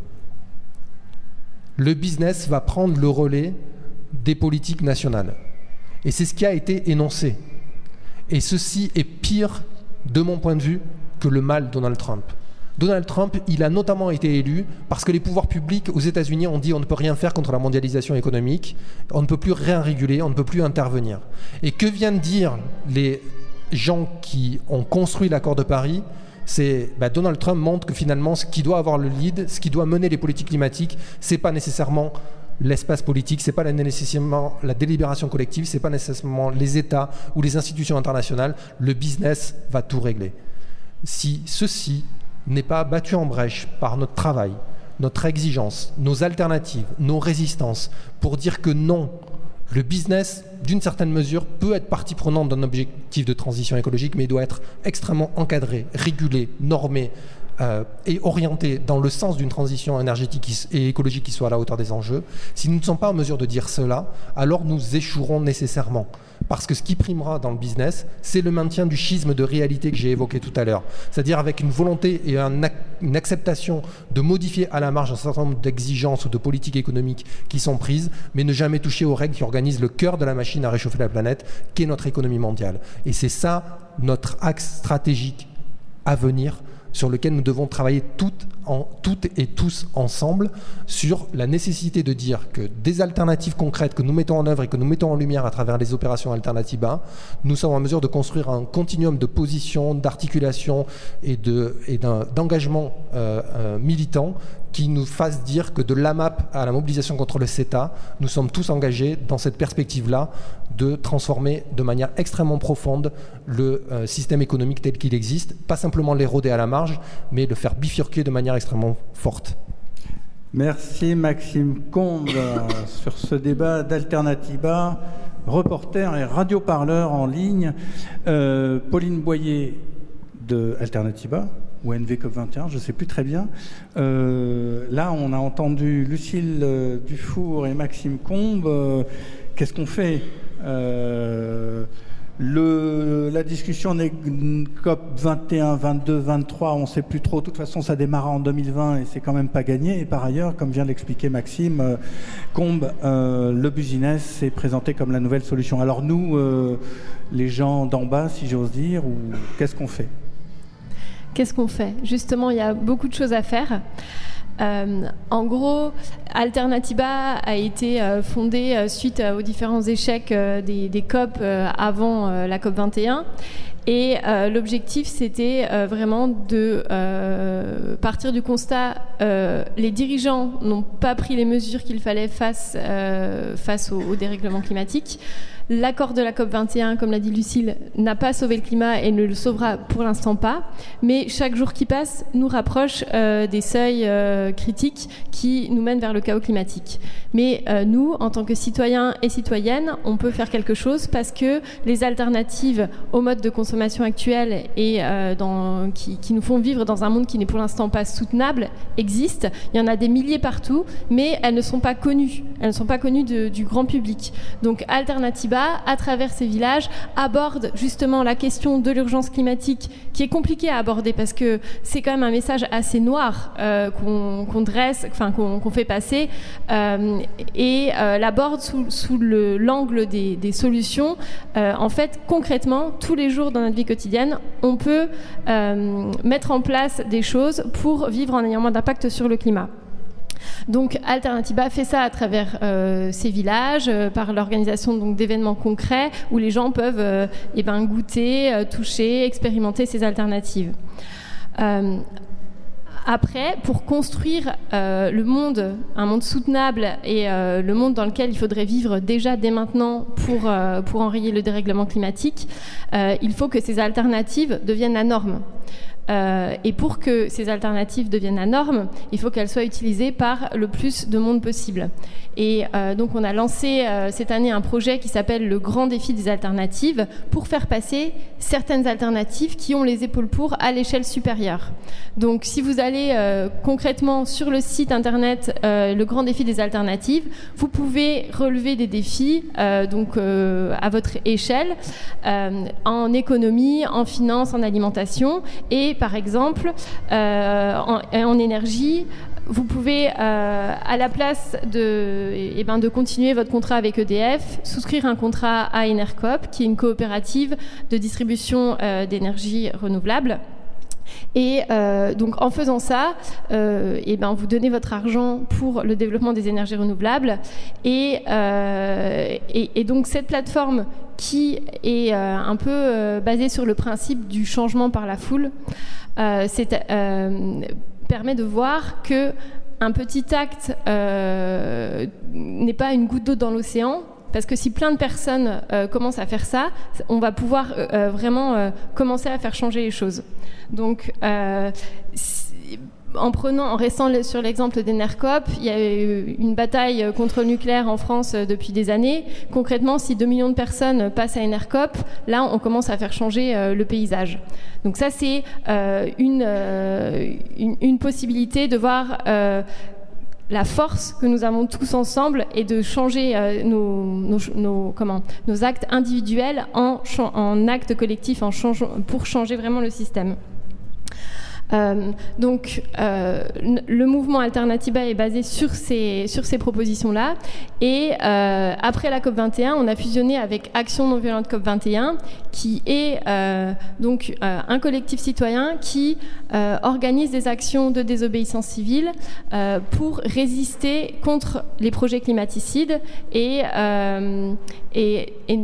[SPEAKER 4] Le business va prendre le relais des politiques nationales. Et c'est ce qui a été énoncé. Et ceci est pire, de mon point de vue, que le mal Donald Trump. Donald Trump, il a notamment été élu parce que les pouvoirs publics aux États-Unis ont dit on ne peut rien faire contre la mondialisation économique, on ne peut plus rien réguler, on ne peut plus intervenir. Et que viennent dire les gens qui ont construit l'accord de Paris? C'est bah, Donald Trump montre que finalement ce qui doit avoir le lead, ce qui doit mener les politiques climatiques, c'est pas nécessairement l'espace politique, c'est pas nécessairement la délibération collective, c'est pas nécessairement les États ou les institutions internationales. Le business va tout régler. si ceci n'est pas battu en brèche par notre travail, notre exigence, nos alternatives, nos résistances, pour dire que non, le business, d'une certaine mesure, peut être partie prenante d'un objectif de transition écologique, mais il doit être extrêmement encadré, régulé, normé euh, et orienté dans le sens d'une transition énergétique et écologique qui soit à la hauteur des enjeux. Si nous ne sommes pas en mesure de dire cela, alors nous échouerons nécessairement. Parce que ce qui primera dans le business, c'est le maintien du schisme de réalité que j'ai évoqué tout à l'heure. C'est-à-dire avec une volonté et un ac- une acceptation de modifier à la marge un certain nombre d'exigences ou de politiques économiques qui sont prises, mais ne jamais toucher aux règles qui organisent le cœur de la machine à réchauffer la planète, qu'est notre économie mondiale. Et c'est ça notre axe stratégique à venir, sur lequel nous devons travailler toutes, en, toutes et tous ensemble sur la nécessité de dire que des alternatives concrètes que nous mettons en œuvre et que nous mettons en lumière à travers les opérations Alternatiba, nous sommes en mesure de construire un continuum de positions, d'articulation et, de, et d'un, d'engagement euh, euh, militant qui nous fasse dire que de l'A M A P à la mobilisation contre le CETA, nous sommes tous engagés dans cette perspective-là de transformer de manière extrêmement profonde le euh, système économique tel qu'il existe, pas simplement l'éroder à la marge, mais le faire bifurquer de manière extrêmement forte.
[SPEAKER 2] Merci Maxime Combe sur ce débat d'Alternatiba, reporter et radioparleur en ligne. Euh, Pauline Boyer de Alternatiba, ou N V COP vingt et un, je ne sais plus très bien. Euh, là, on a entendu Lucille euh, Dufour et Maxime Combe. Euh, qu'est-ce qu'on fait euh, le, La discussion des COP vingt et un, vingt-deux, vingt-trois, on ne sait plus trop. De toute façon, ça démarra en deux mille vingt et c'est quand même pas gagné. Et par ailleurs, comme vient de l'expliquer Maxime euh, Combe, euh, le business s'est présenté comme la nouvelle solution. Alors nous, euh, les gens d'en bas, si j'ose dire, ou qu'est-ce qu'on fait ?
[SPEAKER 5] Qu'est-ce qu'on fait ? Justement, il y a beaucoup de choses à faire. Euh, en gros, Alternatiba a été euh, fondée euh, suite euh, aux différents échecs euh, des, des COP euh, avant euh, la COP vingt et un. Et euh, l'objectif, c'était euh, vraiment de euh, partir du constat euh, les dirigeants n'ont pas pris les mesures qu'il fallait face, euh, face au, au dérèglement climatique. L'accord de la COP vingt et un, comme l'a dit Lucille, n'a pas sauvé le climat et ne le sauvera pour l'instant pas. Mais chaque jour qui passe nous rapproche euh, des seuils euh, critiques qui nous mènent vers le chaos climatique. Mais euh, nous, en tant que citoyens et citoyennes, on peut faire quelque chose parce que les alternatives au mode de consommation actuel et euh, dans, qui, qui nous font vivre dans un monde qui n'est pour l'instant pas soutenable existent. Il y en a des milliers partout, mais elles ne sont pas connues. Elles ne sont pas connues de, du grand public. Donc Alternatiba, à travers ces villages, aborde justement la question de l'urgence climatique qui est compliquée à aborder parce que c'est quand même un message assez noir euh, qu'on, qu'on dresse, enfin qu'on, qu'on fait passer euh, et euh, l'aborde sous, sous le, l'angle des, des solutions. Euh, en fait, concrètement, tous les jours dans notre vie quotidienne, on peut euh, mettre en place des choses pour vivre en ayant moins d'impact sur le climat. Donc Alternatiba fait ça à travers euh, ces villages, euh, par l'organisation donc, d'événements concrets où les gens peuvent euh, eh ben, goûter, euh, toucher, expérimenter ces alternatives. Euh, Après, pour construire euh, le monde, un monde soutenable et euh, le monde dans lequel il faudrait vivre déjà dès maintenant pour, euh, pour enrayer le dérèglement climatique, euh, il faut que ces alternatives deviennent la norme. Euh, et pour que ces alternatives deviennent la norme, il faut qu'elles soient utilisées par le plus de monde possible. Et euh, donc on a lancé euh, cette année un projet qui s'appelle le Grand Défi des alternatives pour faire passer certaines alternatives qui ont les épaules pour à l'échelle supérieure. Donc si vous allez euh, concrètement sur le site internet euh, le Grand Défi des alternatives, vous pouvez relever des défis euh, donc euh, à votre échelle euh, en économie, en finance, en alimentation et par exemple euh, en, en énergie. Vous pouvez, euh, à la place de, eh ben, de continuer votre contrat avec E D F, souscrire un contrat à Enercop, qui est une coopérative de distribution euh, d'énergie renouvelable. Et euh, donc en faisant ça, euh, eh ben, vous donnez votre argent pour le développement des énergies renouvelables. Et, euh, et, et donc cette plateforme qui est euh, un peu euh, basée sur le principe du changement par la foule, euh, c'est... Euh, permet de voir que un petit acte euh, n'est pas une goutte d'eau dans l'océan, Parce que si plein de personnes euh, commencent à faire ça, on va pouvoir euh, vraiment euh, commencer à faire changer les choses. Donc, euh, en prenant, en restant sur l'exemple d'Enercop, il y a eu une bataille contre le nucléaire en France depuis des années. Concrètement, si deux millions de personnes passent à Enercop, là, on commence à faire changer le paysage. Donc ça, c'est euh, une, euh, une, une possibilité de voir euh, la force que nous avons tous ensemble et de changer euh, nos, nos, nos, comment, nos actes individuels en, en actes collectifs en change, pour changer vraiment le système. Euh, donc, euh, le mouvement Alternatiba est basé sur ces, sur ces propositions-là. Et euh, après la COP vingt et un, on a fusionné avec Action non violente COP vingt et un, qui est euh, donc euh, un collectif citoyen qui euh, organise des actions de désobéissance civile euh, pour résister contre les projets climaticides et, euh, et, et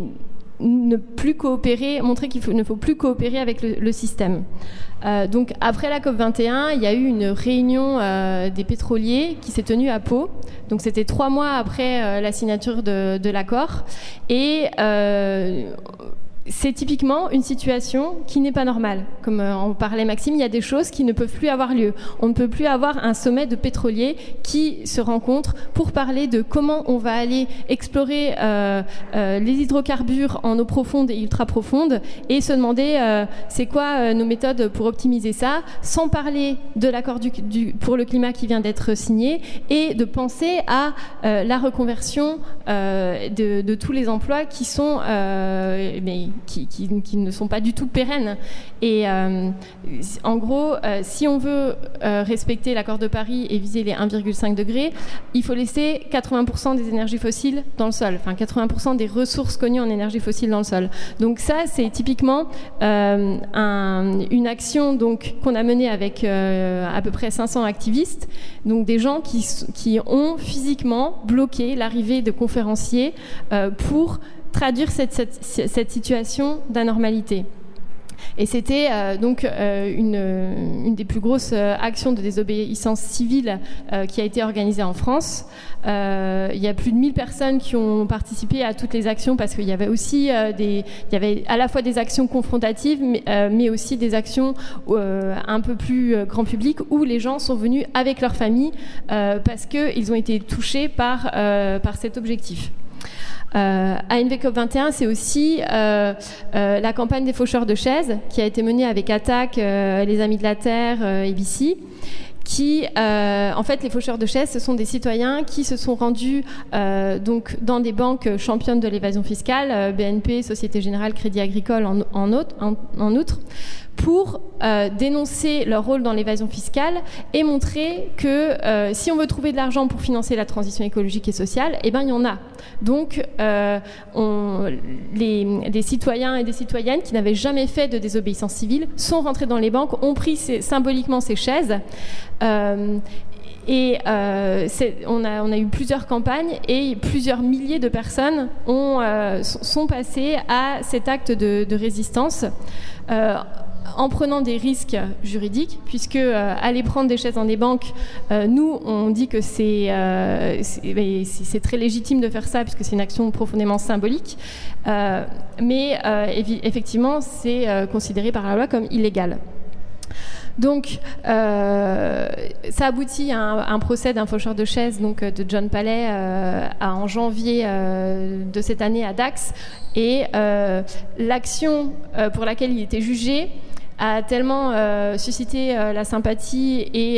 [SPEAKER 5] ne plus coopérer, montrer qu'il faut, ne faut plus coopérer avec le, le système. Euh, donc après la COP vingt et un, il y a eu une réunion euh, des pétroliers qui s'est tenue à Pau. Donc c'était trois mois après euh, la signature de, de l'accord. Et euh, c'est typiquement une situation qui n'est pas normale. Comme en parlait Maxime, il y a des choses qui ne peuvent plus avoir lieu. On ne peut plus avoir un sommet de pétroliers qui se rencontrent pour parler de comment on va aller explorer euh, euh, les hydrocarbures en eau profonde et ultra profonde et se demander euh, c'est quoi euh, nos méthodes pour optimiser ça, sans parler de l'accord du, du, pour le climat qui vient d'être signé et de penser à euh, la reconversion euh, de, de tous les emplois qui sont euh, mais, Qui, qui, qui ne sont pas du tout pérennes. Et euh, en gros, euh, si on veut euh, respecter l'accord de Paris et viser les un virgule cinq degrés, il faut laisser quatre-vingts pour cent des énergies fossiles dans le sol, enfin quatre-vingts pour cent des ressources connues en énergie fossile dans le sol. Donc ça, c'est typiquement euh, un, une action donc, qu'on a menée avec euh, à peu près cinq cents activistes, donc des gens qui, qui ont physiquement bloqué l'arrivée de conférenciers euh, pour traduire cette, cette, cette situation d'anormalité. Et c'était euh, donc euh, une, une des plus grosses euh, actions de désobéissance civile euh, qui a été organisée en France. Euh, il y a plus de mille personnes qui ont participé à toutes les actions parce qu'il y avait aussi euh, des, il y avait à la fois des actions confrontatives, mais, euh, mais aussi des actions euh, un peu plus euh, grand public où les gens sont venus avec leur famille euh, parce qu'ils ont été touchés par, euh, par cet objectif. Euh, A N V COP vingt et un, c'est aussi euh, euh, la campagne des faucheurs de chaises qui a été menée avec Attac, euh, les Amis de la Terre, euh, A B C. Qui, euh, en fait, les faucheurs de chaises, ce sont des citoyens qui se sont rendus euh, donc dans des banques championnes de l'évasion fiscale, euh, B N P, Société Générale, Crédit Agricole en, en, autre, en, en outre, pour euh, dénoncer leur rôle dans l'évasion fiscale et montrer que euh, si on veut trouver de l'argent pour financer la transition écologique et sociale, eh ben il y en a. Donc, euh, on, les, des citoyens et des citoyennes qui n'avaient jamais fait de désobéissance civile sont rentrés dans les banques, ont pris ces, symboliquement ces chaises. Euh, Et euh, on, a, on a eu plusieurs campagnes et plusieurs milliers de personnes ont, euh, sont passées à cet acte de, de résistance euh, en prenant des risques juridiques, puisque euh, aller prendre des chaises dans des banques, euh, nous, on dit que c'est, euh, c'est, c'est très légitime de faire ça, puisque c'est une action profondément symbolique, euh, mais euh, effectivement, c'est euh, considéré par la loi comme illégal. Donc, euh, ça aboutit à un, à un procès d'un faucheur de chaises, donc de John Palais, euh, à, en janvier euh, de cette année à Dax. Et euh, l'action euh, pour laquelle il était jugé a tellement euh, suscité euh, la sympathie et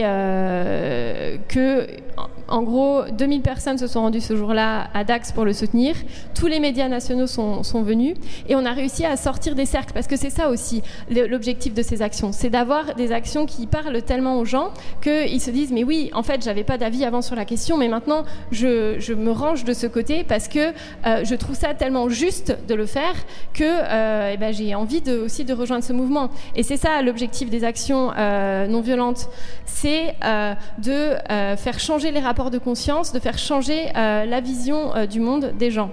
[SPEAKER 5] euh, que, en gros, deux mille personnes se sont rendues ce jour-là à Dax pour le soutenir. Tous les médias nationaux sont, sont venus et on a réussi à sortir des cercles, parce que c'est ça aussi l'objectif de ces actions, c'est d'avoir des actions qui parlent tellement aux gens qu'ils se disent mais oui, en fait, j'avais pas d'avis avant sur la question, mais maintenant je, je me range de ce côté parce que euh, je trouve ça tellement juste de le faire que euh, eh ben, j'ai envie de, aussi de rejoindre ce mouvement. Et c'est ça l'objectif des actions euh, non violentes, c'est euh, de euh, faire changer les rapports de conscience, de faire changer euh, la vision euh, du monde des gens.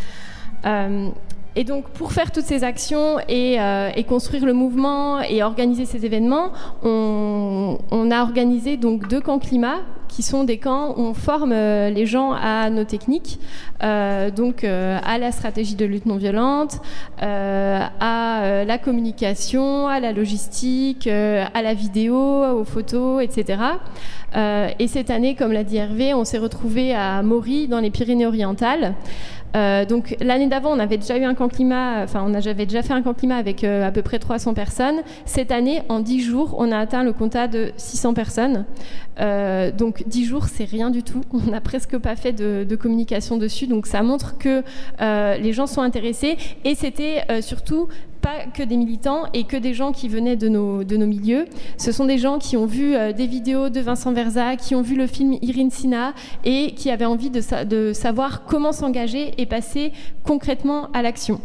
[SPEAKER 5] Euh, et donc, pour faire toutes ces actions et, euh, et construire le mouvement et organiser ces événements, on, on a organisé donc deux camps climat qui sont des camps où on forme euh, les gens à nos techniques, euh, donc euh, à la stratégie de lutte non violente, euh, à euh, la communication, à la logistique, euh, à la vidéo, aux photos, et cetera. Euh, et cette année, comme l'a dit Hervé, on s'est retrouvés à Maury, dans les Pyrénées-Orientales. Euh, donc l'année d'avant, on avait déjà eu un camp climat, enfin on avait déjà fait un camp climat avec euh, à peu près trois cents personnes. Cette année, en dix jours, on a atteint le quota de six cents personnes. Euh, donc dix jours, c'est rien du tout. On n'a presque pas fait de, de communication dessus. Donc ça montre que euh, les gens sont intéressés. Et c'était euh, surtout pas que des militants et que des gens qui venaient de nos, de nos milieux. Ce sont des gens qui ont vu euh, des vidéos de Vincent Verza, qui ont vu le film Irine Sina et qui avaient envie de, sa- de savoir comment s'engager et passer concrètement à l'action.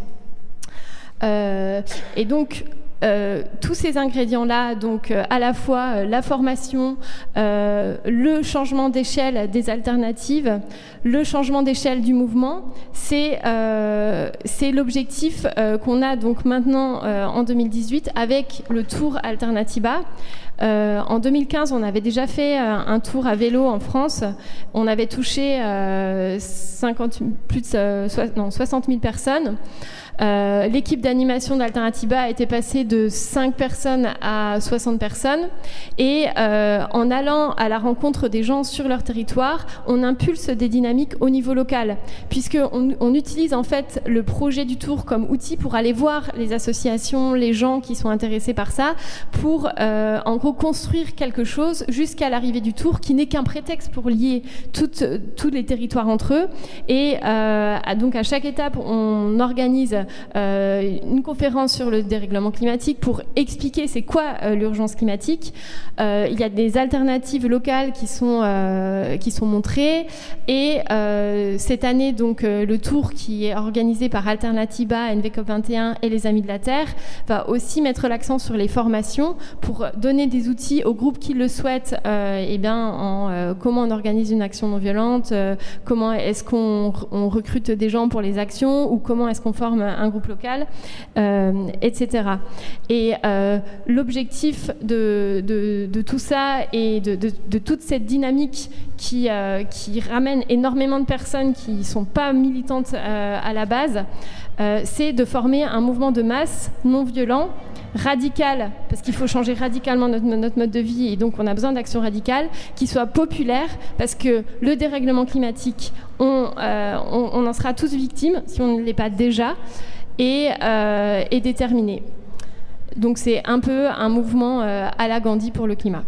[SPEAKER 5] Euh, et donc, Euh, tous ces ingrédients-là, donc euh, à la fois euh, la formation, euh, le changement d'échelle des alternatives, le changement d'échelle du mouvement, c'est, euh, c'est l'objectif euh, qu'on a donc maintenant euh, en deux mille dix-huit avec le Tour Alternatiba. Euh, en deux mille quinze, on avait déjà fait euh, un tour à vélo en France. On avait touché euh, cinquante, plus de euh, so, non, soixante mille personnes. Euh, l'équipe d'animation d'Alternatiba a été passée de cinq personnes à soixante personnes et euh, en allant à la rencontre des gens sur leur territoire, on impulse des dynamiques au niveau local puisqu'on on utilise en fait le projet du tour comme outil pour aller voir les associations, les gens qui sont intéressés par ça pour euh, en gros construire quelque chose jusqu'à l'arrivée du tour qui n'est qu'un prétexte pour lier toutes, tous les territoires entre eux et euh, donc à chaque étape on organise Euh, une conférence sur le dérèglement climatique pour expliquer c'est quoi euh, l'urgence climatique. Euh, il y a des alternatives locales qui sont, euh, qui sont montrées et euh, cette année donc euh, le tour qui est organisé par Alternatiba, N V COP vingt et un et les Amis de la Terre va aussi mettre l'accent sur les formations pour donner des outils aux groupes qui le souhaitent euh, et bien, en euh, comment on organise une action non violente, euh, comment est-ce qu'on on recrute des gens pour les actions ou comment est-ce qu'on forme un groupe local, euh, et cetera. Et euh, l'objectif de, de, de tout ça et de, de, de toute cette dynamique qui, euh, qui ramène énormément de personnes qui ne sont pas militantes euh, à la base, euh, c'est de former un mouvement de masse non violent, radical, parce qu'il faut changer radicalement notre, notre mode de vie et donc on a besoin d'actions radicales qui soient populaires parce que le dérèglement climatique, on, euh, on, on en sera tous victimes si on ne l'est pas déjà et, euh, et déterminé. Donc c'est un peu un mouvement euh, à la Gandhi pour le climat.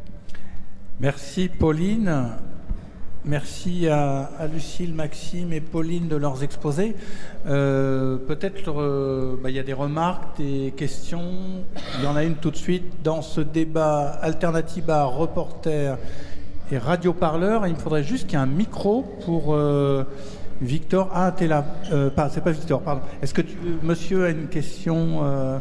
[SPEAKER 2] Merci Pauline. Merci à, à Lucille, Maxime et Pauline de leurs exposés. Euh, peut-être euh, bah, y a des remarques, des questions. Il y en a une tout de suite dans ce débat Alternatiba, reporter et radioparleur. Il me faudrait juste qu'il y ait un micro pour euh, Victor. Ah, t'es là. Euh, pas, c'est pas Victor, pardon. Est-ce que tu, monsieur a une question euh...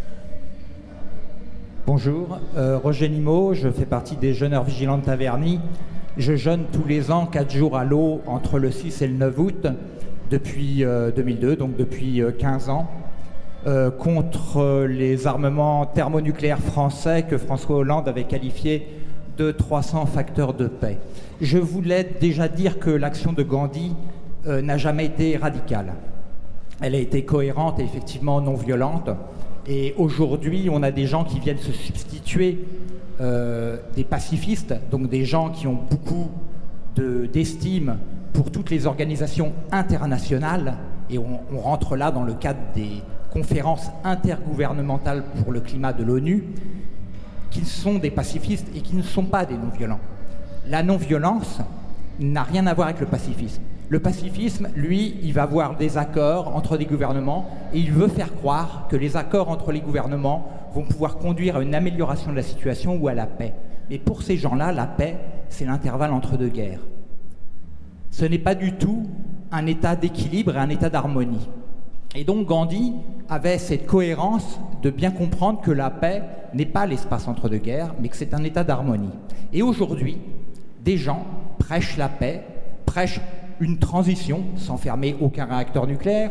[SPEAKER 6] Bonjour, euh, Roger Nimot, je fais partie des Jeûneurs Vigilants de Taverny. Je jeûne tous les ans, quatre jours à l'eau, entre le six et le neuf août, depuis euh, deux mille deux, donc depuis euh, quinze ans, euh, contre les armements thermonucléaires français que François Hollande avait qualifiés de trois cents facteurs de paix. Je voulais déjà dire que l'action de Gandhi euh, n'a jamais été radicale. Elle a été cohérente et effectivement non violente. Et aujourd'hui, on a des gens qui viennent se substituer Euh, des pacifistes, donc des gens qui ont beaucoup de, d'estime pour toutes les organisations internationales, et on, on rentre là dans le cadre des conférences intergouvernementales pour le climat de l'ONU, qu'ils sont des pacifistes et qui ne sont pas des non-violents. La non-violence n'a rien à voir avec le pacifisme. Le pacifisme, lui, il va avoir des accords entre des gouvernements et il veut faire croire que les accords entre les gouvernements vont pouvoir conduire à une amélioration de la situation ou à la paix. Mais pour ces gens-là, la paix, c'est l'intervalle entre deux guerres. Ce n'est pas du tout un état d'équilibre et un état d'harmonie. Et donc Gandhi avait cette cohérence de bien comprendre que la paix n'est pas l'espace entre deux guerres, mais que c'est un état d'harmonie. Et aujourd'hui, des gens prêchent la paix, prêchent une transition sans fermer aucun réacteur nucléaire,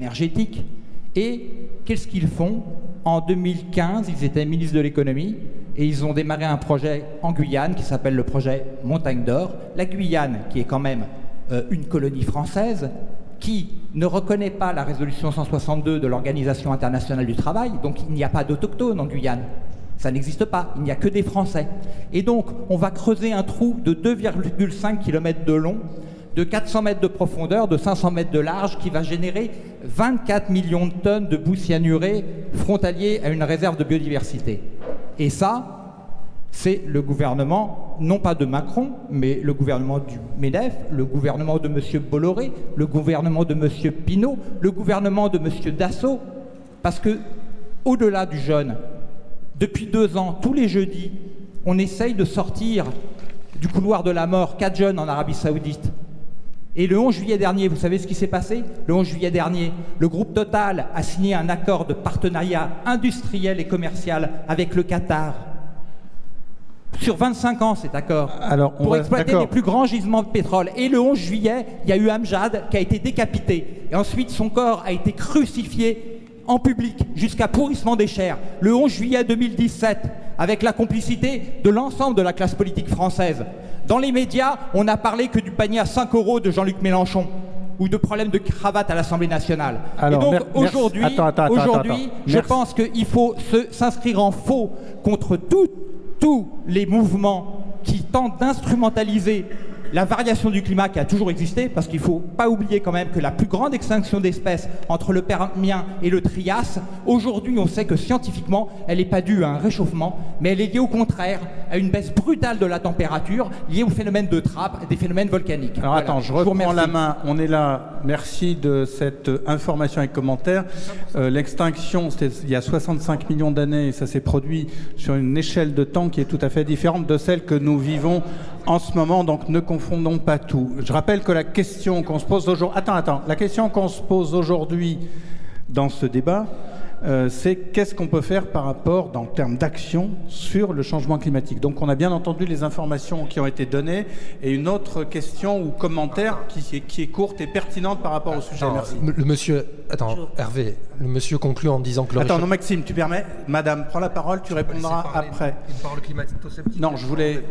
[SPEAKER 6] énergétique. Et qu'est-ce qu'ils font ? En deux mille quinze, ils étaient ministres de l'économie. et ils ont démarré un projet en Guyane qui s'appelle le projet Montagne d'Or. La Guyane, qui est quand même euh, une colonie française, qui ne reconnaît pas la résolution cent soixante-deux de l'Organisation internationale du travail, donc il n'y a pas d'autochtones en Guyane. Ça n'existe pas, il n'y a que des Français. Et donc, on va creuser un trou de deux virgule cinq kilomètres de long, de quatre cents mètres de profondeur, de cinq cents mètres de large, qui va générer vingt-quatre millions de tonnes de boue cyanurée frontalier à une réserve de biodiversité. Et ça, c'est le gouvernement, non pas de Macron, mais le gouvernement du MEDEF, le gouvernement de M. Bolloré, le gouvernement de M. Pinault, le gouvernement de M. Dassault, parce que, au-delà du jeune, depuis deux ans, tous les jeudis, on essaye de sortir du couloir de la mort quatre jeunes en Arabie Saoudite. Et le onze juillet dernier, vous savez ce qui s'est passé? Le onze juillet dernier, le groupe Total a signé un accord de partenariat industriel et commercial avec le Qatar. Sur vingt-cinq ans, cet accord,
[SPEAKER 2] Alors, on
[SPEAKER 6] pour
[SPEAKER 2] va...
[SPEAKER 6] exploiter les plus grands gisements de pétrole. Et le onze juillet, il y a eu Amjad qui a été décapité. Et ensuite, son corps a été crucifié en public, jusqu'à pourrissement des chairs, le onze juillet deux mille dix-sept, avec la complicité de l'ensemble de la classe politique française. Dans les médias, on n'a parlé que du panier à cinq euros de Jean-Luc Mélenchon, ou de problèmes de cravate à l'Assemblée nationale.
[SPEAKER 2] Alors,
[SPEAKER 6] et donc,
[SPEAKER 2] mer-
[SPEAKER 6] aujourd'hui,
[SPEAKER 2] attends, attends,
[SPEAKER 6] aujourd'hui
[SPEAKER 2] attends, attends.
[SPEAKER 6] je
[SPEAKER 2] Merci.
[SPEAKER 6] pense qu'il faut se, s'inscrire en faux contre tout, tous les mouvements qui tentent d'instrumentaliser la variation du climat qui a toujours existé, parce qu'il ne faut pas oublier quand même que la plus grande extinction d'espèces entre le Permien et le Trias, aujourd'hui on sait que scientifiquement elle n'est pas due à un réchauffement, mais elle est liée au contraire à une baisse brutale de la température liée au phénomène de trappe et des phénomènes volcaniques.
[SPEAKER 2] Alors
[SPEAKER 6] Voilà.
[SPEAKER 2] attends, je
[SPEAKER 6] vous
[SPEAKER 2] reprends
[SPEAKER 6] remercie.
[SPEAKER 2] la main. On est là. Merci de cette information et commentaire. Euh, l'extinction, c'était il y a soixante-cinq millions d'années, et ça s'est produit sur une échelle de temps qui est tout à fait différente de celle que nous vivons en ce moment, donc ne confondons pas tout. Je rappelle que la question qu'on se pose aujourd'hui... Attends, attends. La question qu'on se pose aujourd'hui dans ce débat, euh, c'est qu'est-ce qu'on peut faire par rapport, en termes d'action, sur le changement climatique. Donc on a bien entendu les informations qui ont été données, et une autre question ou commentaire qui est, qui est courte et pertinente par rapport au sujet.
[SPEAKER 4] Attends,
[SPEAKER 2] Merci.
[SPEAKER 4] Le monsieur, attends, Hervé, le monsieur conclut en disant que le
[SPEAKER 2] Attends,
[SPEAKER 4] réchauffement-
[SPEAKER 2] non Maxime, tu permets? Madame, prends la parole, tu répondras après.
[SPEAKER 4] Une parole climato-sceptique.
[SPEAKER 2] Non, je voulais...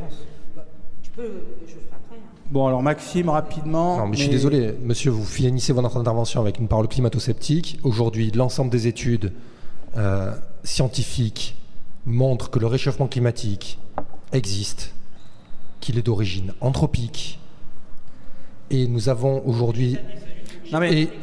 [SPEAKER 2] Bon, alors Maxime, rapidement.
[SPEAKER 4] Non, mais je suis désolé, monsieur, vous finissez votre intervention avec une parole climato-sceptique. Aujourd'hui, l'ensemble des études euh, scientifiques montrent que le réchauffement climatique existe, qu'il est d'origine anthropique. Et nous avons aujourd'hui...
[SPEAKER 2] Non, mais...
[SPEAKER 4] Et...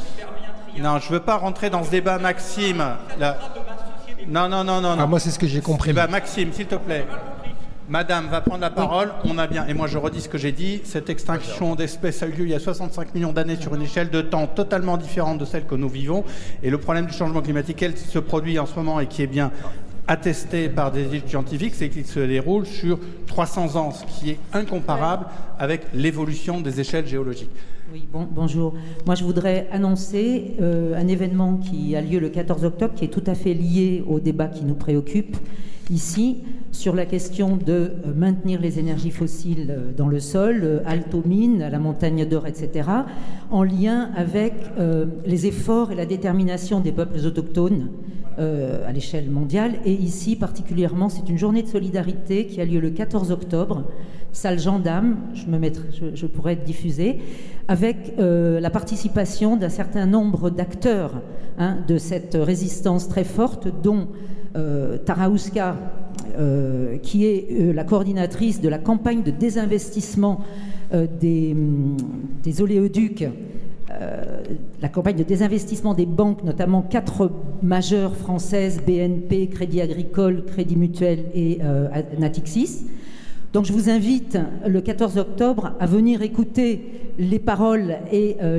[SPEAKER 2] Non, je veux pas rentrer dans ce débat, Maxime. Là... Non, non, non, non. non.
[SPEAKER 4] Ah, moi, c'est ce que j'ai compris.
[SPEAKER 2] Eh ben, Maxime, s'il te plaît. Madame va prendre la parole, on a bien, et moi je redis ce que j'ai dit, cette extinction d'espèces a eu lieu il y a soixante-cinq millions d'années sur une échelle de temps totalement différente de celle que nous vivons, et le problème du changement climatique, qui se produit en ce moment et qui est bien attesté par des études scientifiques, c'est qu'il se déroule sur trois cents ans, ce qui est incomparable avec l'évolution des échelles géologiques.
[SPEAKER 7] Oui, bon, bonjour. Moi, je voudrais annoncer euh, un événement qui a lieu le quatorze octobre, qui est tout à fait lié au débat qui nous préoccupe ici, sur la question de euh, maintenir les énergies fossiles euh, dans le sol, euh, halte aux mines, à la montagne d'or, et cetera, en lien avec euh, les efforts et la détermination des peuples autochtones euh, à l'échelle mondiale. Et ici, particulièrement, c'est une journée de solidarité qui a lieu le quatorze octobre, salle Jean d'Âme, je, me mettrai, je, je pourrais être diffusée, avec euh, la participation d'un certain nombre d'acteurs hein, de cette résistance très forte, dont euh, Tara Ouska, euh, qui est euh, la coordinatrice de la campagne de désinvestissement euh, des, des oléoducs, euh, la campagne de désinvestissement des banques, notamment quatre majeures françaises, B N P, Crédit Agricole, Crédit Mutuel et euh, Natixis. Donc je vous invite le quatorze octobre à venir écouter les paroles et euh,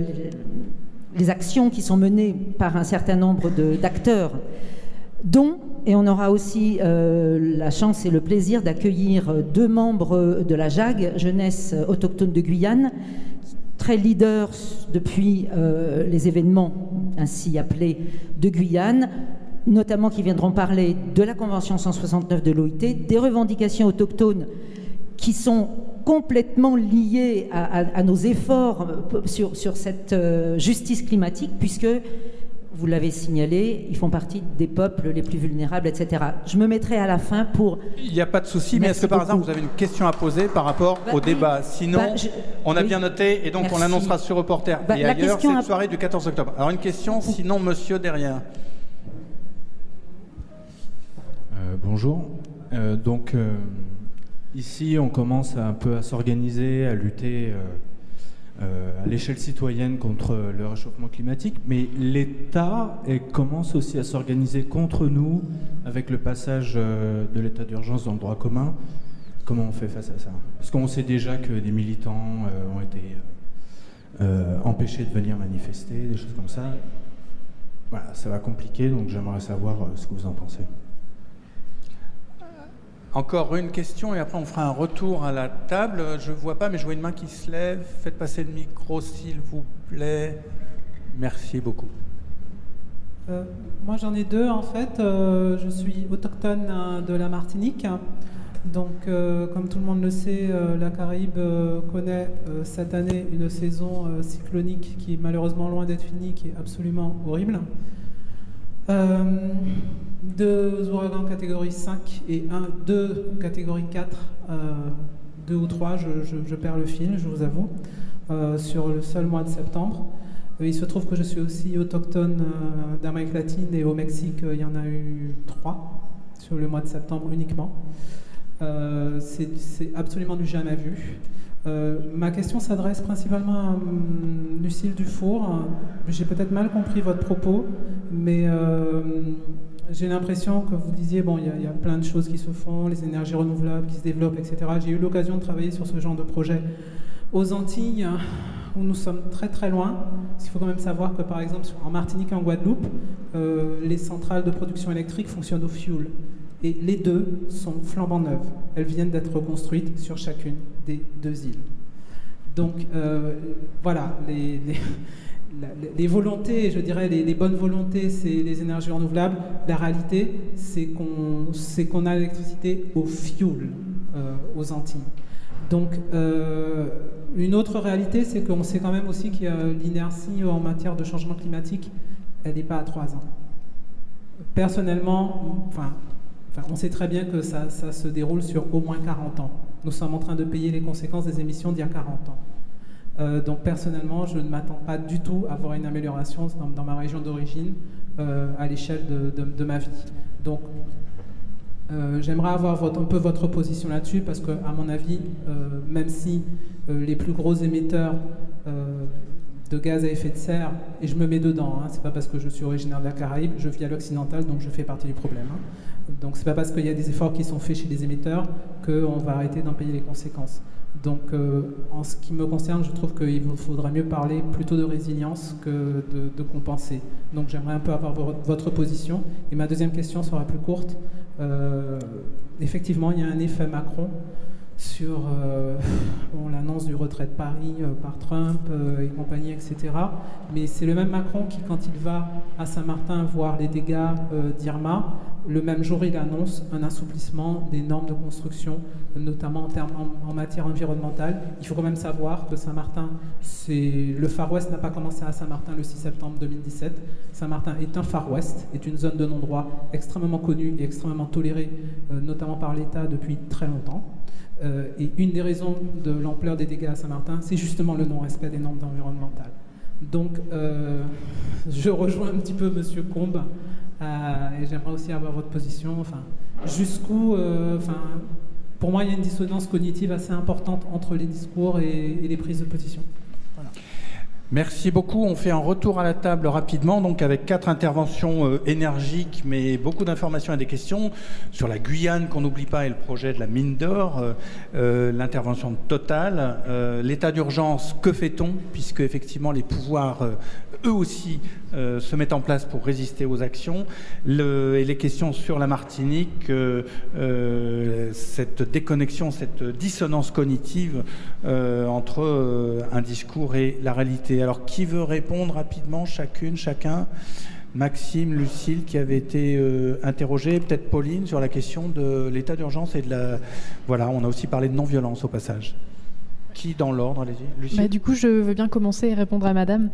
[SPEAKER 7] les actions qui sont menées par un certain nombre de, d'acteurs, dont, et on aura aussi euh, la chance et le plaisir d'accueillir deux membres de la J A G, Jeunesse Autochtone de Guyane, très leaders depuis euh, les événements ainsi appelés de Guyane, notamment qui viendront parler de la Convention cent soixante-neuf de l'O I T, des revendications autochtones qui sont complètement liées à, à, à nos efforts sur, sur cette euh, justice climatique, puisque vous l'avez signalé, ils font partie des peuples les plus vulnérables, et cetera. Je me mettrai à la fin pour...
[SPEAKER 2] Il n'y a pas de souci, mais est-ce que par
[SPEAKER 7] beaucoup.
[SPEAKER 2] hasard vous avez une question à poser par rapport
[SPEAKER 7] bah,
[SPEAKER 2] au
[SPEAKER 7] oui.
[SPEAKER 2] débat? Sinon,
[SPEAKER 7] bah, je...
[SPEAKER 2] on a
[SPEAKER 7] oui.
[SPEAKER 2] bien noté et donc
[SPEAKER 7] Merci.
[SPEAKER 2] on l'annoncera sur Reporter
[SPEAKER 7] bah,
[SPEAKER 2] et ailleurs cette
[SPEAKER 7] a...
[SPEAKER 2] soirée du quatorze octobre. Alors une question, sinon monsieur derrière.
[SPEAKER 8] Euh, bonjour. Euh, donc euh, ici, on commence à, un peu à s'organiser, à lutter euh, euh, à l'échelle citoyenne contre le réchauffement climatique, mais l'État eh, commence aussi à s'organiser contre nous avec le passage euh, de l'état d'urgence dans le droit commun. Comment on fait face à ça? Parce qu'on sait déjà que des militants euh, ont été euh, empêchés de venir manifester, des choses comme ça. Voilà, ça va compliquer, donc j'aimerais savoir euh, ce que vous en pensez.
[SPEAKER 2] Encore une question et après on fera un retour à la table. Je ne vois pas, mais je vois une main qui se lève. Faites passer le micro, s'il vous plaît. Merci beaucoup.
[SPEAKER 9] Euh, moi, j'en ai deux, en fait. Euh, je suis autochtone euh, de la Martinique. Donc, euh, comme tout le monde le sait, euh, la Caraïbe euh, connaît euh, cette année une saison euh, cyclonique qui est malheureusement loin d'être finie, qui est absolument horrible. Euh, deux ouragans catégorie cinq et un, deux catégorie quatre, euh, deux ou trois, je, je, je perds le fil, je vous avoue, euh, sur le seul mois de septembre. Euh, il se trouve que je suis aussi autochtone euh, d'Amérique latine et au Mexique, euh, il y en a eu trois sur le mois de septembre uniquement. Euh, c'est, c'est absolument du jamais vu. Euh, ma question s'adresse principalement à um, Lucille Dufour. J'ai peut-être mal compris votre propos, mais euh, j'ai l'impression que vous disiez, bon, il y, y a plein de choses qui se font, les énergies renouvelables qui se développent, et cetera. J'ai eu l'occasion de travailler sur ce genre de projet aux Antilles, où nous sommes très très loin. Il faut quand même savoir que, par exemple, en Martinique et en Guadeloupe, euh, les centrales de production électrique fonctionnent au fioul. Et les deux sont flambant neuves. Elles viennent d'être reconstruites sur chacune des deux îles. Donc, euh, voilà, les, les, les volontés, je dirais, les, les bonnes volontés, c'est les énergies renouvelables. La réalité, c'est qu'on, c'est qu'on a l'électricité au fioul euh, aux Antilles. Donc, euh, une autre réalité, c'est qu'on sait quand même aussi que l'inertie en matière de changement climatique, elle n'est pas à trois ans. Personnellement, enfin... Enfin, on sait très bien que ça, ça se déroule sur au moins quarante ans. Nous sommes en train de payer les conséquences des émissions d'il y a quarante ans. Euh, donc personnellement, je ne m'attends pas du tout à voir une amélioration dans, dans ma région d'origine euh, à l'échelle de, de, de ma vie. Donc euh, j'aimerais avoir votre, un peu votre position là-dessus parce que, à mon avis, euh, même si euh, les plus gros émetteurs euh, de gaz à effet de serre, et je me mets dedans, hein, c'est pas parce que je suis originaire de la Caraïbe, je vis à l'occidental, donc je fais partie du problème. Hein. Donc c'est pas parce qu'il y a des efforts qui sont faits chez les émetteurs qu'on va arrêter d'en payer les conséquences. Donc euh, en ce qui me concerne, je trouve qu'il faudra mieux parler plutôt de résilience que de, de compenser. Donc j'aimerais un peu avoir votre position. Et ma deuxième question sera plus courte. Euh, effectivement, il y a un effet Macron sur euh, bon, l'annonce du retrait de Paris euh, par Trump euh, et compagnie, et cetera. Mais c'est le même Macron qui, quand il va à Saint-Martin voir les dégâts euh, d'Irma, le même jour, il annonce un assouplissement des normes de construction, notamment en, termes, en, en matière environnementale. Il faut quand même savoir que Saint-Martin, c'est, le Far West n'a pas commencé à Saint-Martin le six septembre deux mille dix-sept. Saint-Martin est un Far West, est une zone de non-droit extrêmement connue et extrêmement tolérée, euh, notamment par l'État depuis très longtemps. Euh, et une des raisons de l'ampleur des dégâts à Saint-Martin, c'est justement le non-respect des normes environnementales. Donc, euh, je rejoins un petit peu Monsieur Combes, euh, et j'aimerais aussi avoir votre position. Enfin, jusqu'où, euh, enfin, pour moi, il y a une dissonance cognitive assez importante entre les discours et, et les prises de position. Voilà.
[SPEAKER 2] Merci beaucoup. On fait un retour à la table rapidement, donc avec quatre interventions euh, énergiques, mais beaucoup d'informations et des questions sur la Guyane qu'on n'oublie pas et le projet de la mine d'or, euh, euh, l'intervention de Total, euh, l'état d'urgence, que fait-on, puisque effectivement les pouvoirs, euh, eux aussi, euh, se mettent en place pour résister aux actions, le, et les questions sur la Martinique, euh, euh, cette déconnexion, cette dissonance cognitive euh, entre euh, un discours et la réalité. Alors, qui veut répondre rapidement, chacune, chacun? Maxime, Lucille, qui avait été euh, interrogée, peut-être Pauline, sur la question de l'état d'urgence et de la... Voilà, on a aussi parlé de non-violence au passage. Qui dans l'ordre, allez-y, Lucie.
[SPEAKER 3] Bah, du coup, je veux bien commencer et répondre à madame.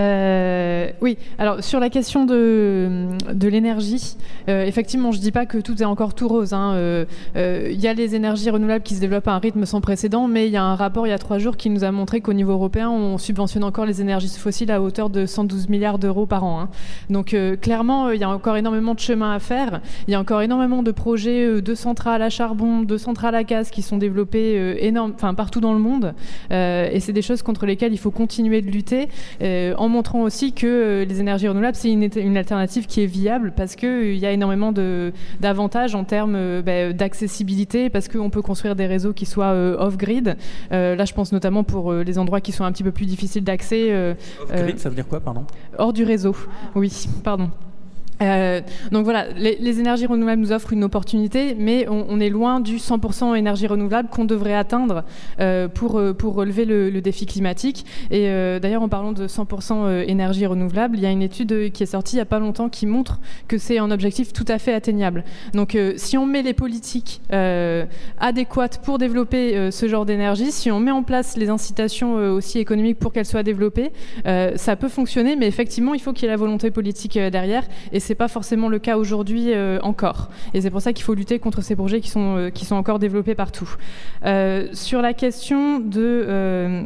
[SPEAKER 3] Euh, oui, alors sur la question de, de l'énergie, euh, effectivement, je ne dis pas que tout est encore tout rose. Il hein. euh, euh, y a les énergies renouvelables qui se développent à un rythme sans précédent, mais il y a un rapport il y a trois jours qui nous a montré qu'au niveau européen, on subventionne encore les énergies fossiles à hauteur de cent douze milliards d'euros par an. Hein. Donc euh, clairement, il y a encore énormément de chemin à faire. Il y a encore énormément de projets euh, de centrales à charbon, de centrales à gaz qui sont développés euh, énorme, partout dans le monde. Euh, et c'est des choses contre lesquelles il faut continuer de lutter euh, en montrant aussi que euh, les énergies renouvelables c'est une, une alternative qui est viable parce qu'il euh, y a énormément de, d'avantages en termes euh, bah, d'accessibilité parce qu'on peut construire des réseaux qui soient euh, off-grid. Euh, là je pense notamment pour euh, les endroits qui sont un petit peu plus difficiles d'accès. Euh,
[SPEAKER 2] off-grid
[SPEAKER 3] euh,
[SPEAKER 2] ça veut dire quoi pardon ?
[SPEAKER 3] Hors du réseau, oui, pardon. Euh, donc voilà, les, les énergies renouvelables nous offrent une opportunité, mais on, on est loin du cent pour cent énergie renouvelable qu'on devrait atteindre euh, pour, pour relever le, le défi climatique. Et euh, d'ailleurs, en parlant de cent pour cent énergie renouvelable, il y a une étude qui est sortie il n'y a pas longtemps qui montre que c'est un objectif tout à fait atteignable. Donc euh, si on met les politiques euh, adéquates pour développer euh, ce genre d'énergie, si on met en place les incitations euh, aussi économiques pour qu'elles soient développées, euh, ça peut fonctionner, mais effectivement, il faut qu'il y ait la volonté politique euh, derrière. Et c'est pas forcément le cas aujourd'hui euh, encore. Et c'est pour ça qu'il faut lutter contre ces projets qui sont, euh, qui sont encore développés partout. Euh, sur la question de euh,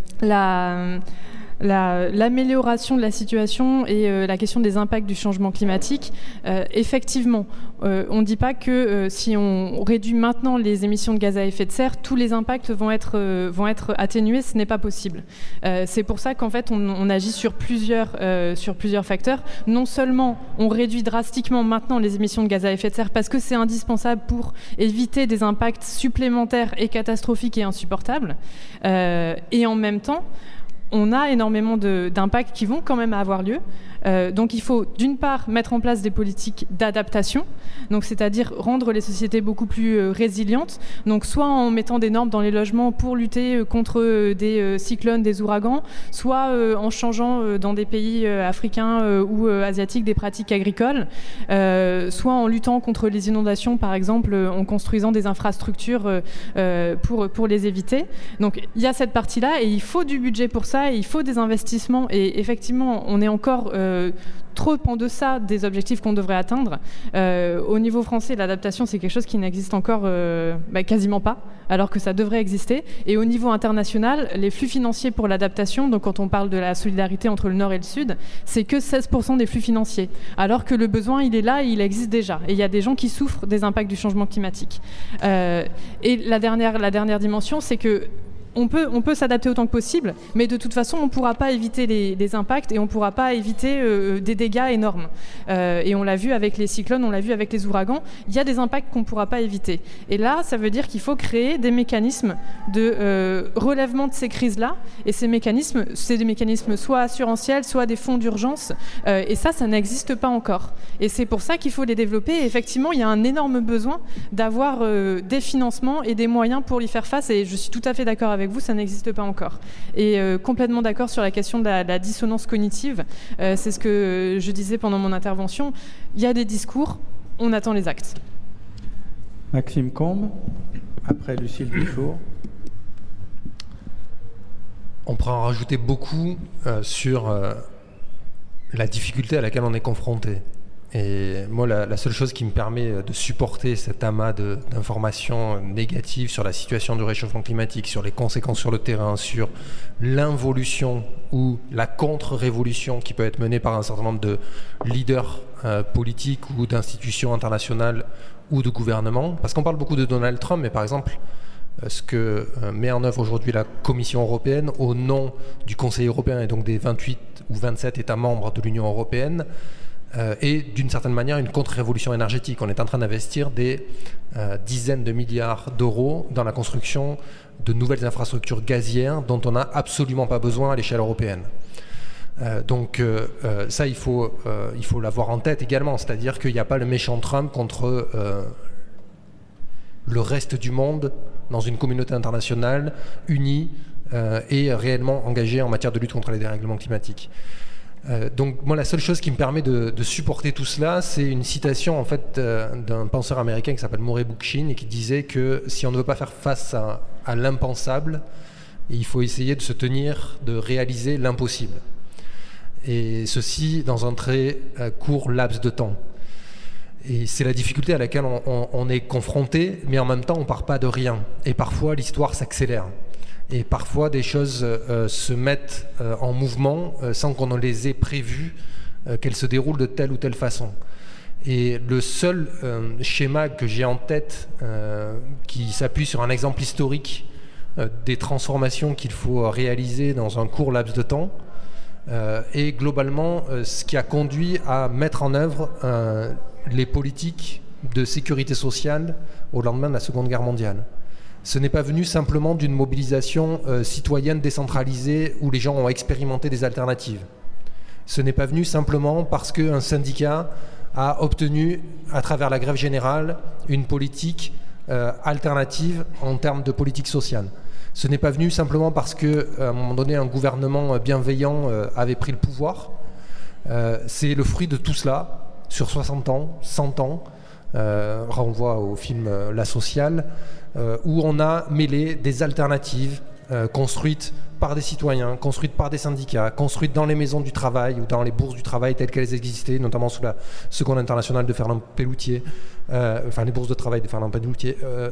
[SPEAKER 3] la... La, l'amélioration de la situation et euh, la question des impacts du changement climatique, euh, effectivement, euh, on ne dit pas que euh, si on réduit maintenant les émissions de gaz à effet de serre, tous les impacts vont être, euh, vont être atténués, ce n'est pas possible. Euh, c'est pour ça qu'en fait, on, on agit sur plusieurs, euh, sur plusieurs facteurs. Non seulement on réduit drastiquement maintenant les émissions de gaz à effet de serre parce que c'est indispensable pour éviter des impacts supplémentaires et catastrophiques et insupportables, euh, et en même temps, on a énormément de, d'impacts qui vont quand même avoir lieu. Euh, donc il faut d'une part mettre en place des politiques d'adaptation, donc c'est-à-dire rendre les sociétés beaucoup plus euh, résilientes, donc soit en mettant des normes dans les logements pour lutter euh, contre euh, des euh, cyclones, des ouragans, soit euh, en changeant euh, dans des pays euh, africains euh, ou euh, asiatiques des pratiques agricoles, euh, soit en luttant contre les inondations par exemple euh, en construisant des infrastructures euh, euh, pour, pour les éviter. Donc il y a cette partie-là et il faut du budget pour ça, et il faut des investissements et effectivement on est encore euh, Euh, trop en deçà des objectifs qu'on devrait atteindre. Euh, au niveau français, l'adaptation, c'est quelque chose qui n'existe encore euh, bah, quasiment pas, alors que ça devrait exister. Et au niveau international, les flux financiers pour l'adaptation, donc quand on parle de la solidarité entre le Nord et le Sud, c'est que seize pour cent des flux financiers, alors que le besoin, il est là et il existe déjà. Et il y a des gens qui souffrent des impacts du changement climatique. Euh, et la dernière, la dernière dimension, c'est que On peut, on peut s'adapter autant que possible, mais de toute façon, on ne pourra pas éviter les, les impacts et on ne pourra pas éviter euh, des dégâts énormes. Euh, et on l'a vu avec les cyclones, on l'a vu avec les ouragans, il y a des impacts qu'on ne pourra pas éviter. Et là, ça veut dire qu'il faut créer des mécanismes de euh, relèvement de ces crises-là. Et ces mécanismes, c'est des mécanismes soit assurantiels, soit des fonds d'urgence. Euh, et ça, ça n'existe pas encore. Et c'est pour ça qu'il faut les développer. Et effectivement, il y a un énorme besoin d'avoir euh, des financements et des moyens pour y faire face. Et je suis tout à fait d'accord avec Avec vous, ça n'existe pas encore. Et euh, complètement d'accord sur la question de la, la dissonance cognitive. Euh, c'est ce que je disais pendant mon intervention. Il y a des discours, on attend les actes.
[SPEAKER 2] Maxime Combe, après Lucille Dufour.
[SPEAKER 4] On pourra en rajouter beaucoup euh, sur euh, la difficulté à laquelle on est confronté. Et moi, la, la seule chose qui me permet de supporter cet amas de, d'informations négatives sur la situation du réchauffement climatique, sur les conséquences sur le terrain, sur l'involution ou la contre-révolution qui peut être menée par un certain nombre de leaders euh, politiques ou d'institutions internationales ou de gouvernements. Parce qu'on parle beaucoup de Donald Trump, mais par exemple, euh, ce que euh, met en œuvre aujourd'hui la Commission européenne au nom du Conseil européen et donc des vingt-huit ou vingt-sept États membres de l'Union européenne, Euh, et d'une certaine manière une contre-révolution énergétique. On est en train d'investir des euh, dizaines de milliards d'euros dans la construction de nouvelles infrastructures gazières dont on n'a absolument pas besoin à l'échelle européenne. Euh, donc euh, euh, ça, il faut, euh, il faut l'avoir en tête également, c'est-à-dire qu'il n'y a pas le méchant Trump contre euh, le reste du monde dans une communauté internationale unie euh, et réellement engagée en matière de lutte contre les dérèglements climatiques. Euh, donc moi la seule chose qui me permet de, de supporter tout cela, c'est une citation en fait euh, d'un penseur américain qui s'appelle Murray Bookchin et qui disait que si on ne veut pas faire face à, à l'impensable, Et il faut essayer de se tenir, de réaliser l'impossible. Et ceci dans un très euh, court laps de temps. Et c'est la difficulté à laquelle on, on, on est confronté, mais en même temps on ne part pas de rien. Et parfois l'histoire s'accélère. Et parfois des choses euh, se mettent euh, en mouvement euh, sans qu'on ne les ait prévues, euh, qu'elles se déroulent de telle ou telle façon. Et le seul euh, schéma que j'ai en tête, euh, qui s'appuie sur un exemple historique euh, des transformations qu'il faut réaliser dans un court laps de temps, euh, est globalement euh, ce qui a conduit à mettre en œuvre euh, les politiques de sécurité sociale au lendemain de la Seconde Guerre mondiale. Ce n'est pas venu simplement d'une mobilisation euh, citoyenne décentralisée où les gens ont expérimenté des alternatives. Ce n'est pas venu simplement parce qu'un syndicat a obtenu, à travers la grève générale, une politique euh, alternative en termes de politique sociale. Ce n'est pas venu simplement parce qu'à un moment donné, un gouvernement bienveillant euh, avait pris le pouvoir. Euh, c'est le fruit de tout cela, sur soixante ans, cent ans, euh, renvoie au film euh, La Sociale, euh, où on a mêlé des alternatives euh, construites par des citoyens, construites par des syndicats, construites dans les maisons du travail ou dans les bourses du travail telles qu'elles existaient, notamment sous la Seconde Internationale de Fernand Pelloutier, euh, enfin les bourses de travail de Fernand Pelloutier, euh,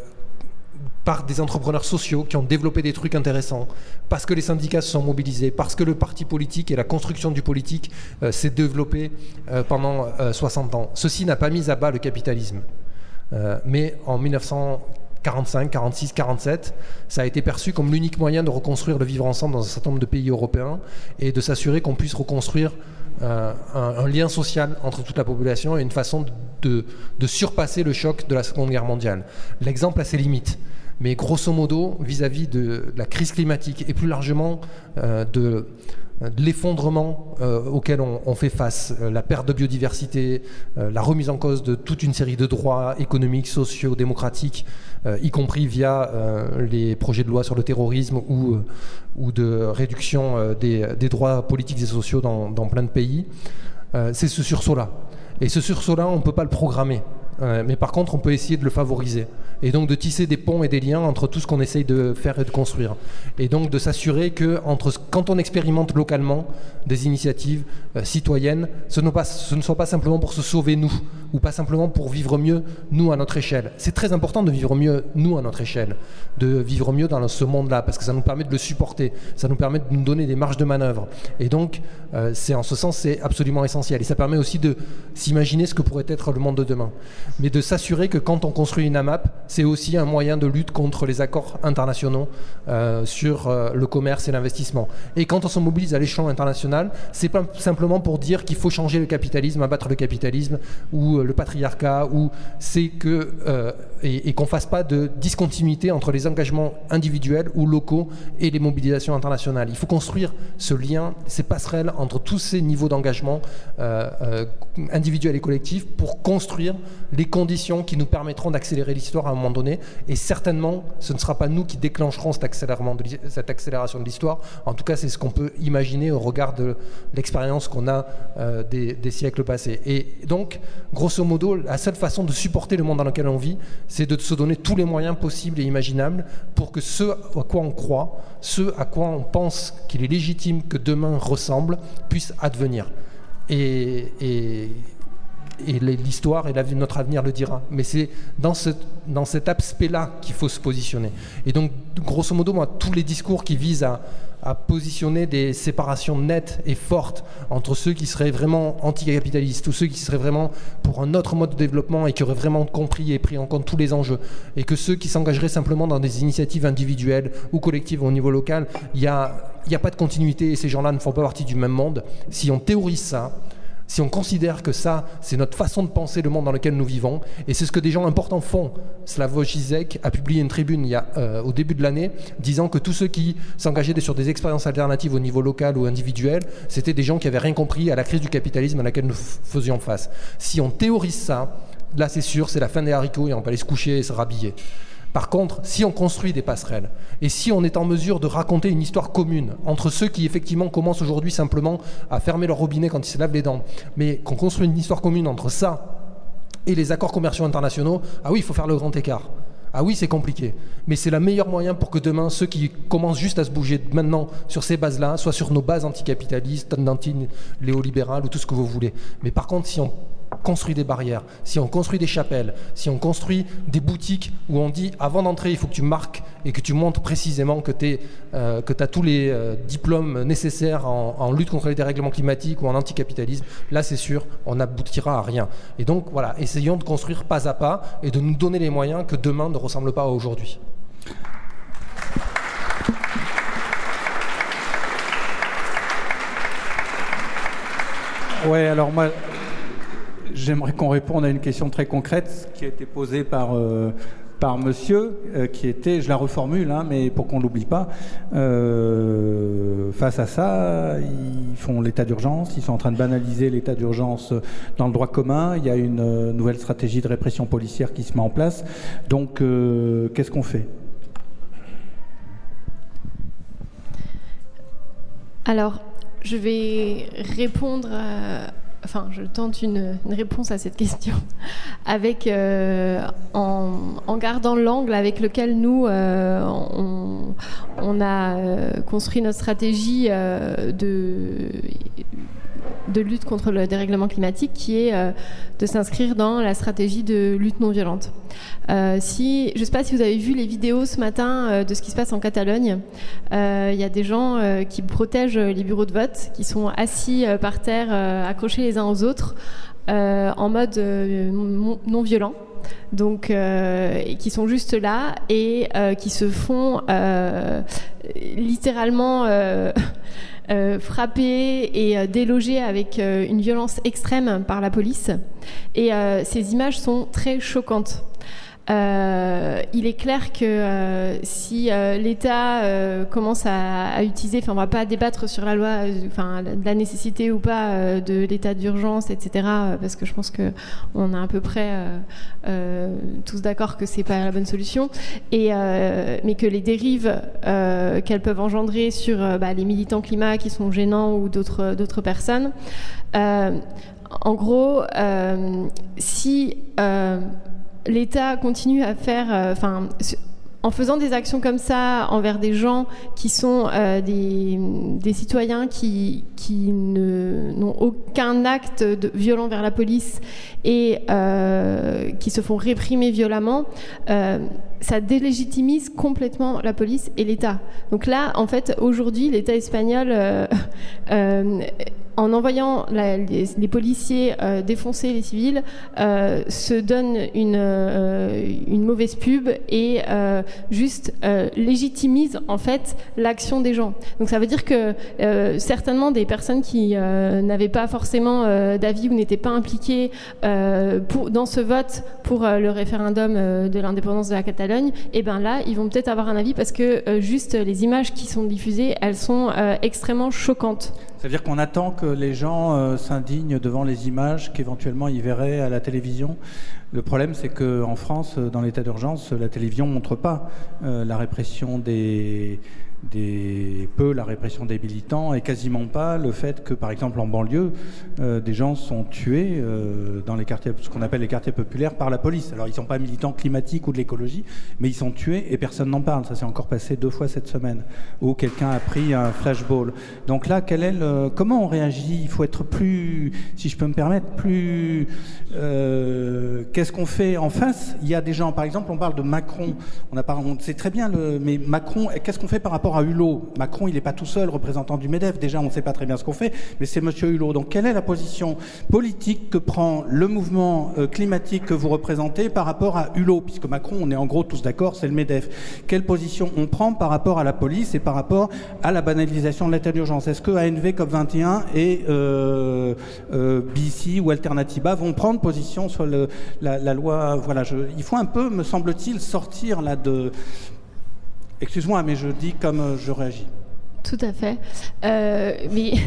[SPEAKER 4] par des entrepreneurs sociaux qui ont développé des trucs intéressants, parce que les syndicats se sont mobilisés, parce que le parti politique et la construction du politique euh, s'est développé euh, pendant euh, soixante ans. Ceci n'a pas mis à bas le capitalisme. Euh, mais en mille neuf cent quarante-cinq, quarante-six, quarante-sept, ça a été perçu comme l'unique moyen de reconstruire le vivre ensemble dans un certain nombre de pays européens et de s'assurer qu'on puisse reconstruire euh, un, un lien social entre toute la population et une façon de, de surpasser le choc de la Seconde Guerre mondiale. L'exemple a ses limites, mais grosso modo, vis-à-vis de la crise climatique et plus largement euh, de, de l'effondrement euh, auquel on, on fait face, euh, la perte de biodiversité, euh, la remise en cause de toute une série de droits économiques, sociaux, démocratiques, euh, y compris via euh, les projets de loi sur le terrorisme ou, euh, ou de réduction euh, des, des droits politiques et sociaux dans, dans plein de pays. Euh, c'est ce sursaut-là. Et ce sursaut-là, on ne peut pas le programmer. Euh, mais par contre, on peut essayer de le favoriser. Et donc de tisser des ponts et des liens entre tout ce qu'on essaye de faire et de construire. Et donc de s'assurer que entre, quand on expérimente localement des initiatives euh, citoyennes, ce ne, pas, ce ne soit pas simplement pour se sauver nous, ou pas simplement pour vivre mieux nous à notre échelle. C'est très important de vivre mieux nous à notre échelle, de vivre mieux dans ce monde-là, parce que ça nous permet de le supporter, ça nous permet de nous donner des marges de manœuvre. Et donc, euh, c'est, en ce sens, c'est absolument essentiel. Et ça permet aussi de s'imaginer ce que pourrait être le monde de demain. Mais de s'assurer que quand on construit une AMAP, c'est aussi un moyen de lutte contre les accords internationaux euh, sur euh, le commerce et l'investissement. Et quand on se mobilise à l'échelon international, c'est pas simplement pour dire qu'il faut changer le capitalisme, abattre le capitalisme ou euh, le patriarcat, ou c'est que euh, et, et qu'on fasse pas de discontinuité entre les engagements individuels ou locaux et les mobilisations internationales. Il faut construire ce lien, ces passerelles entre tous ces niveaux d'engagement euh, euh, individuels et collectifs pour construire les conditions qui nous permettront d'accélérer l'histoire à un moment donné. Et certainement, ce ne sera pas nous qui déclencherons cet accélération de, cette accélération de l'histoire. En tout cas, c'est ce qu'on peut imaginer au regard de l'expérience qu'on a euh, des, des siècles passés. Et donc, grosso modo, la seule façon de supporter le monde dans lequel on vit, c'est de se donner tous les moyens possibles et imaginables pour que ce à quoi on croit, ce à quoi on pense qu'il est légitime que demain ressemble, puisse advenir. Et... et et l'histoire et notre avenir le dira. Mais c'est dans, ce, dans cet aspect-là qu'il faut se positionner. Et donc, grosso modo, moi, tous les discours qui visent à, à positionner des séparations nettes et fortes entre ceux qui seraient vraiment anticapitalistes ou ceux qui seraient vraiment pour un autre mode de développement et qui auraient vraiment compris et pris en compte tous les enjeux, et que ceux qui s'engageraient simplement dans des initiatives individuelles ou collectives au niveau local, il n'y a, y a pas de continuité et ces gens-là ne font pas partie du même monde. Si on théorise ça, si on considère que ça, c'est notre façon de penser le monde dans lequel nous vivons, et c'est ce que des gens importants font. Slavoj Žižek a publié une tribune il y a, euh, au début de l'année disant que tous ceux qui s'engageaient sur des expériences alternatives au niveau local ou individuel, c'était des gens qui n'avaient rien compris à la crise du capitalisme à laquelle nous faisions face. Si on théorise ça, là c'est sûr, c'est la fin des haricots et on peut aller se coucher et se rhabiller. Par contre, si on construit des passerelles, et si on est en mesure de raconter une histoire commune entre ceux qui effectivement commencent aujourd'hui simplement à fermer leur robinet quand ils se lavent les dents, mais qu'on construit une histoire commune entre ça et les accords commerciaux internationaux, ah oui, il faut faire le grand écart. Ah oui, c'est compliqué, mais c'est le meilleur moyen pour que demain, ceux qui commencent juste à se bouger maintenant sur ces bases-là, soient sur nos bases anticapitalistes, anti-néolibérales ou tout ce que vous voulez. Mais par contre, si on construit des barrières, si on construit des chapelles, si on construit des boutiques où on dit avant d'entrer, il faut que tu marques et que tu montres précisément que tu euh, as tous les euh, diplômes nécessaires en, en lutte contre les dérèglements climatiques ou en anticapitalisme, là c'est sûr, on n'aboutira à rien. Et donc voilà, essayons de construire pas à pas et de nous donner les moyens que demain ne ressemble pas à aujourd'hui.
[SPEAKER 2] Ouais, alors moi, j'aimerais qu'on réponde à une question très concrète qui a été posée par, euh, par monsieur, euh, qui était, je la reformule, hein, mais pour qu'on ne l'oublie pas, euh, face à ça, ils font l'état d'urgence, ils sont en train de banaliser l'état d'urgence dans le droit commun, il y a une euh, nouvelle stratégie de répression policière qui se met en place, donc euh, qu'est-ce qu'on fait ?
[SPEAKER 5] Alors, je vais répondre à... Enfin, je tente une, une réponse à cette question avec, euh, en, en gardant l'angle avec lequel nous, euh, on, on a euh, construit notre stratégie euh, de, de lutte contre le dérèglement climatique, qui est euh, de s'inscrire dans la stratégie de lutte non violente. Euh, si, je ne sais pas si vous avez vu les vidéos ce matin euh, de ce qui se passe en Catalogne. Il euh, y a des gens euh, qui protègent les bureaux de vote, qui sont assis euh, par terre, euh, accrochés les uns aux autres, euh, en mode euh, non violent. Donc, euh, qui sont juste là et euh, qui se font euh, littéralement euh, euh, frapper et euh, déloger avec euh, une violence extrême par la police. Et euh, ces images sont très choquantes. Euh, il est clair que euh, si euh, l'État euh, commence à, à utiliser, enfin on ne va pas débattre sur la loi, enfin euh, la nécessité ou pas euh, de l'état d'urgence, et cetera. Parce que je pense que on est à peu près euh, euh, tous d'accord que c'est pas la bonne solution, et euh, mais que les dérives euh, qu'elles peuvent engendrer sur euh, bah, les militants climat qui sont gênants ou d'autres d'autres personnes. Euh, en gros, euh, si euh, l'État continue à faire, enfin, euh, en faisant des actions comme ça envers des gens qui sont euh, des, des citoyens qui, qui ne, n'ont aucun acte de, violent vers la police et euh, qui se font réprimer violemment, euh, ça délégitimise complètement la police et l'État. Donc là, en fait, aujourd'hui, l'État espagnol, euh, euh, en envoyant la, les, les policiers euh, défoncer les civils, euh, se donne une, euh, une mauvaise pub et euh, juste euh, légitimise en fait l'action des gens. Donc ça veut dire que euh, certainement des personnes qui euh, n'avaient pas forcément euh, d'avis ou n'étaient pas impliquées euh, pour, dans ce vote pour euh, le référendum euh, de l'indépendance de la Catalogne, et ben là ils vont peut-être avoir un avis parce que euh, juste les images qui sont diffusées, elles sont euh, extrêmement choquantes.
[SPEAKER 2] C'est-à-dire qu'on attend que les gens euh, s'indignent devant les images qu'éventuellement ils verraient à la télévision. Le problème, c'est qu'en France, dans l'état d'urgence, la télévision ne montre pas euh, la répression des... Des, peu la répression des militants et quasiment pas le fait que, par exemple, en banlieue, euh, des gens sont tués euh, dans les quartiers, ce qu'on appelle les quartiers populaires, par la police. Alors, ils ne sont pas militants climatiques ou de l'écologie, mais ils sont tués et personne n'en parle. Ça s'est encore passé deux fois cette semaine, où quelqu'un a pris un flashball. Donc là, quel est le, comment on réagit ? Il faut être plus, si je peux me permettre, plus... Euh, qu'est-ce qu'on fait en face ? Il y a des gens, par exemple, on parle de Macron. On a pas, on sait très bien, le, mais Macron, qu'est-ce qu'on fait par rapport à Hulot ? Macron, il n'est pas tout seul, représentant du MEDEF. Déjà, on ne sait pas très bien ce qu'on fait, mais c'est M. Hulot. Donc, quelle est la position politique que prend le mouvement euh, climatique que vous représentez par rapport à Hulot ? Puisque Macron, on est en gros tous d'accord, c'est le MEDEF. Quelle position on prend par rapport à la police et par rapport à la banalisation de l'état d'urgence ? Est-ce que A N V, COP vingt et un et euh, euh, B C ou Alternativa vont prendre position sur le, la, la loi ? Voilà, je, il faut un peu, me semble-t-il, sortir là de... Excuse-moi, mais je dis comme je réagis.
[SPEAKER 5] Tout à fait. Euh, mais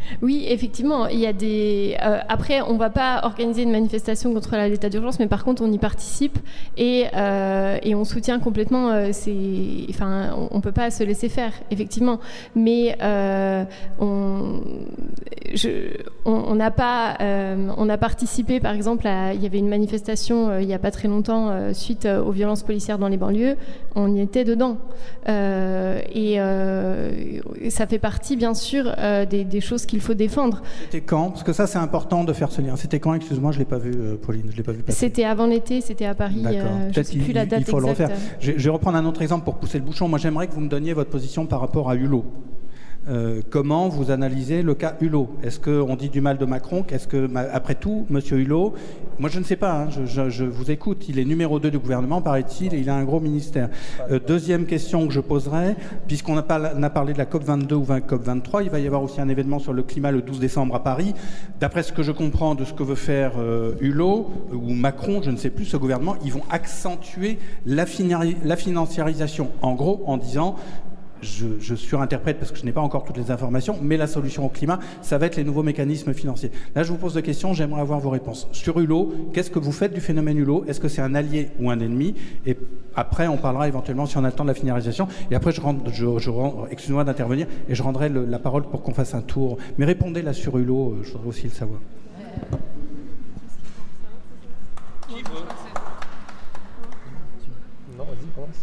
[SPEAKER 5] Oui, effectivement, il y a des. Euh, après, on ne va pas organiser une manifestation contre l'état d'urgence, mais par contre, on y participe et, euh, et on soutient complètement. Euh, ces... Enfin, on ne peut pas se laisser faire, effectivement. Mais euh, on, je, on n'a pas. Euh, on a participé, par exemple, à, il y avait une manifestation euh, il n'y a pas très longtemps euh, suite aux violences policières dans les banlieues. On y était dedans, euh, et euh, ça fait partie, bien sûr, euh, des, des choses qu'il faut défendre.
[SPEAKER 2] C'était quand? Parce que ça, c'est important de faire ce lien. C'était quand? Excuse-moi, je ne l'ai pas vu, euh, Pauline. Je l'ai pas vu passer.
[SPEAKER 5] C'était avant l'été, c'était à Paris. Euh, je ne sais plus la date
[SPEAKER 2] il faut
[SPEAKER 5] exacte.
[SPEAKER 2] Le refaire. Je, je vais reprendre un autre exemple pour pousser le bouchon. Moi, j'aimerais que vous me donniez votre position par rapport à Hulot. Euh, comment vous analysez le cas Hulot? Est-ce qu'on dit du mal de Macron? Qu'est-ce que, après tout, M. Hulot, moi je ne sais pas, hein, je, je, je vous écoute, il est numéro deux du gouvernement, paraît-il, et il a un gros ministère. Euh, deuxième question que je poserai, puisqu'on a, pas, on a parlé de la COP vingt-deux ou COP vingt-trois, il va y avoir aussi un événement sur le climat le douze décembre à Paris. D'après ce que je comprends de ce que veut faire euh, Hulot, ou Macron, je ne sais plus, ce gouvernement, ils vont accentuer la, la financiarisation, en gros, en disant... Je, je surinterprète parce que je n'ai pas encore toutes les informations, mais la solution au climat, ça va être les nouveaux mécanismes financiers. Là, je vous pose deux questions, j'aimerais avoir vos réponses. Sur Hulot, qu'est-ce que vous faites du phénomène Hulot? Est-ce que c'est un allié ou un ennemi? Et après, on parlera éventuellement, si on a le temps, de la financiarisation. Et après, je rentre, je, je, excusez-moi d'intervenir, et je rendrai le, la parole pour qu'on fasse un tour. Mais répondez là sur Hulot, je voudrais aussi le savoir. Qui veut?
[SPEAKER 4] Non, vas-y, commence.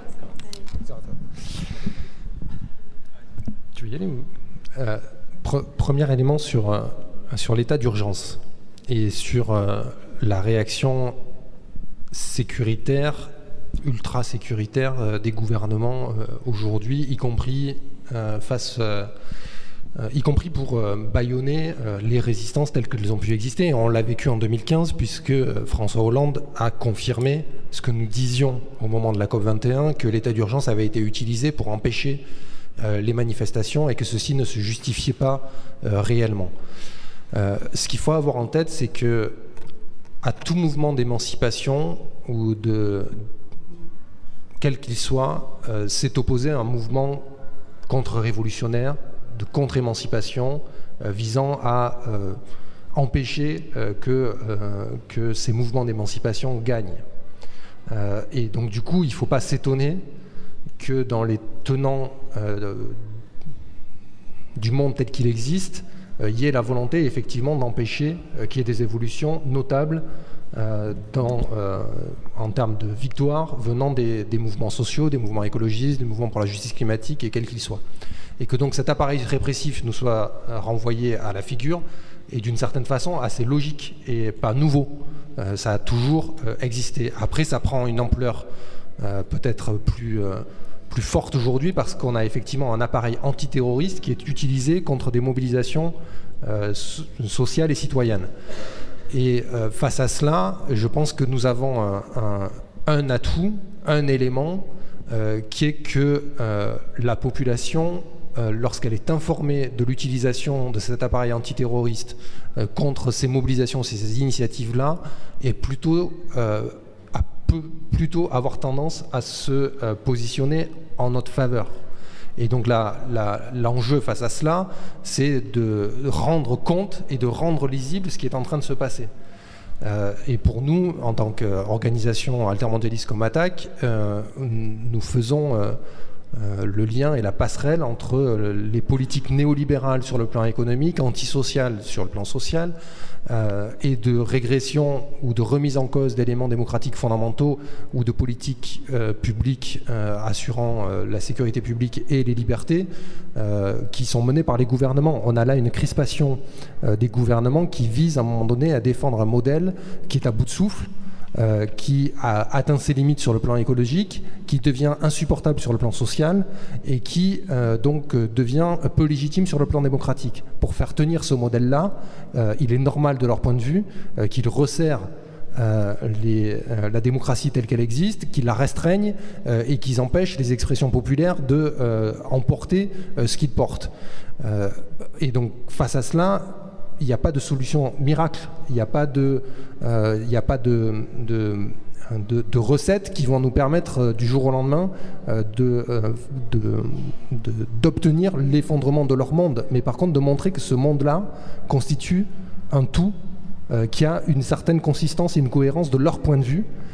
[SPEAKER 4] Tu veux y aller? euh, pre- Premier élément sur, euh, sur l'état d'urgence et sur euh, la réaction sécuritaire, ultra sécuritaire euh, des gouvernements euh, aujourd'hui, y compris euh, face, euh, euh, y compris pour euh, bâillonner euh, les résistances telles qu'elles ont pu exister. On l'a vécu en deux mille quinze puisque euh, François Hollande a confirmé ce que nous disions au moment de la COP vingt et un, que l'état d'urgence avait été utilisé pour empêcher Euh, les manifestations et que ceci ne se justifiait pas euh, réellement. Euh, ce qu'il faut avoir en tête, c'est que à tout mouvement d'émancipation ou de quel qu'il soit, euh, s'est opposé à un mouvement contre-révolutionnaire, de contre-émancipation, euh, visant à euh, empêcher euh, que, euh, que ces mouvements d'émancipation gagnent. Euh, et donc du coup, il ne faut pas s'étonner que dans les tenants euh, du monde tel qu'il existe, il euh, y ait la volonté effectivement d'empêcher euh, qu'il y ait des évolutions notables euh, dans, euh, en termes de victoire venant des, des mouvements sociaux, des mouvements écologistes, des mouvements pour la justice climatique et quels qu'ils soient. Et que donc cet appareil répressif nous soit euh, renvoyé à la figure est d'une certaine façon assez logique et pas nouveau. Euh, ça a toujours euh, existé. Après, ça prend une ampleur euh, peut-être plus... Euh, plus forte aujourd'hui parce qu'on a effectivement un appareil antiterroriste qui est utilisé contre des mobilisations euh, sociales et citoyennes. Et euh, face à cela, je pense que nous avons un, un, un atout, un élément euh, qui est que euh, la population, euh, lorsqu'elle est informée de l'utilisation de cet appareil antiterroriste euh, contre ces mobilisations, ces initiatives-là, est plutôt... Euh, peut plutôt avoir tendance à se euh, positionner en notre faveur. Et donc là, là, l'enjeu face à cela, c'est de rendre compte et de rendre lisible ce qui est en train de se passer. Euh, et pour nous, en tant qu'organisation altermondialiste comme Attac, euh, nous faisons euh, euh, le lien et la passerelle entre les politiques néolibérales sur le plan économique, antisociales sur le plan social, Euh, et de régression ou de remise en cause d'éléments démocratiques fondamentaux ou de politiques euh, publiques euh, assurant euh, la sécurité publique et les libertés euh, qui sont menées par les gouvernements. On a là une crispation euh, des gouvernements qui vise à un moment donné à défendre un modèle qui est à bout de souffle, Euh, qui a atteint ses limites sur le plan écologique, qui devient insupportable sur le plan social et qui euh, donc euh, devient peu légitime sur le plan démocratique. Pour faire tenir ce modèle-là, euh, il est normal de leur point de vue euh, qu'ils resserrent euh, les, euh, la démocratie telle qu'elle existe, qu'ils la restreignent euh, et qu'ils empêchent les expressions populaires de euh, emporter euh, ce qu'ils portent. Euh, et donc face à cela, il n'y a pas de solution miracle, il n'y a pas de, euh, il n'y a pas de, de, de, de recettes qui vont nous permettre euh, du jour au lendemain euh, de, euh, de, de, d'obtenir l'effondrement de leur monde, mais par contre de montrer que ce monde-là constitue un tout euh, qui a une certaine consistance et une cohérence de leur point de vue,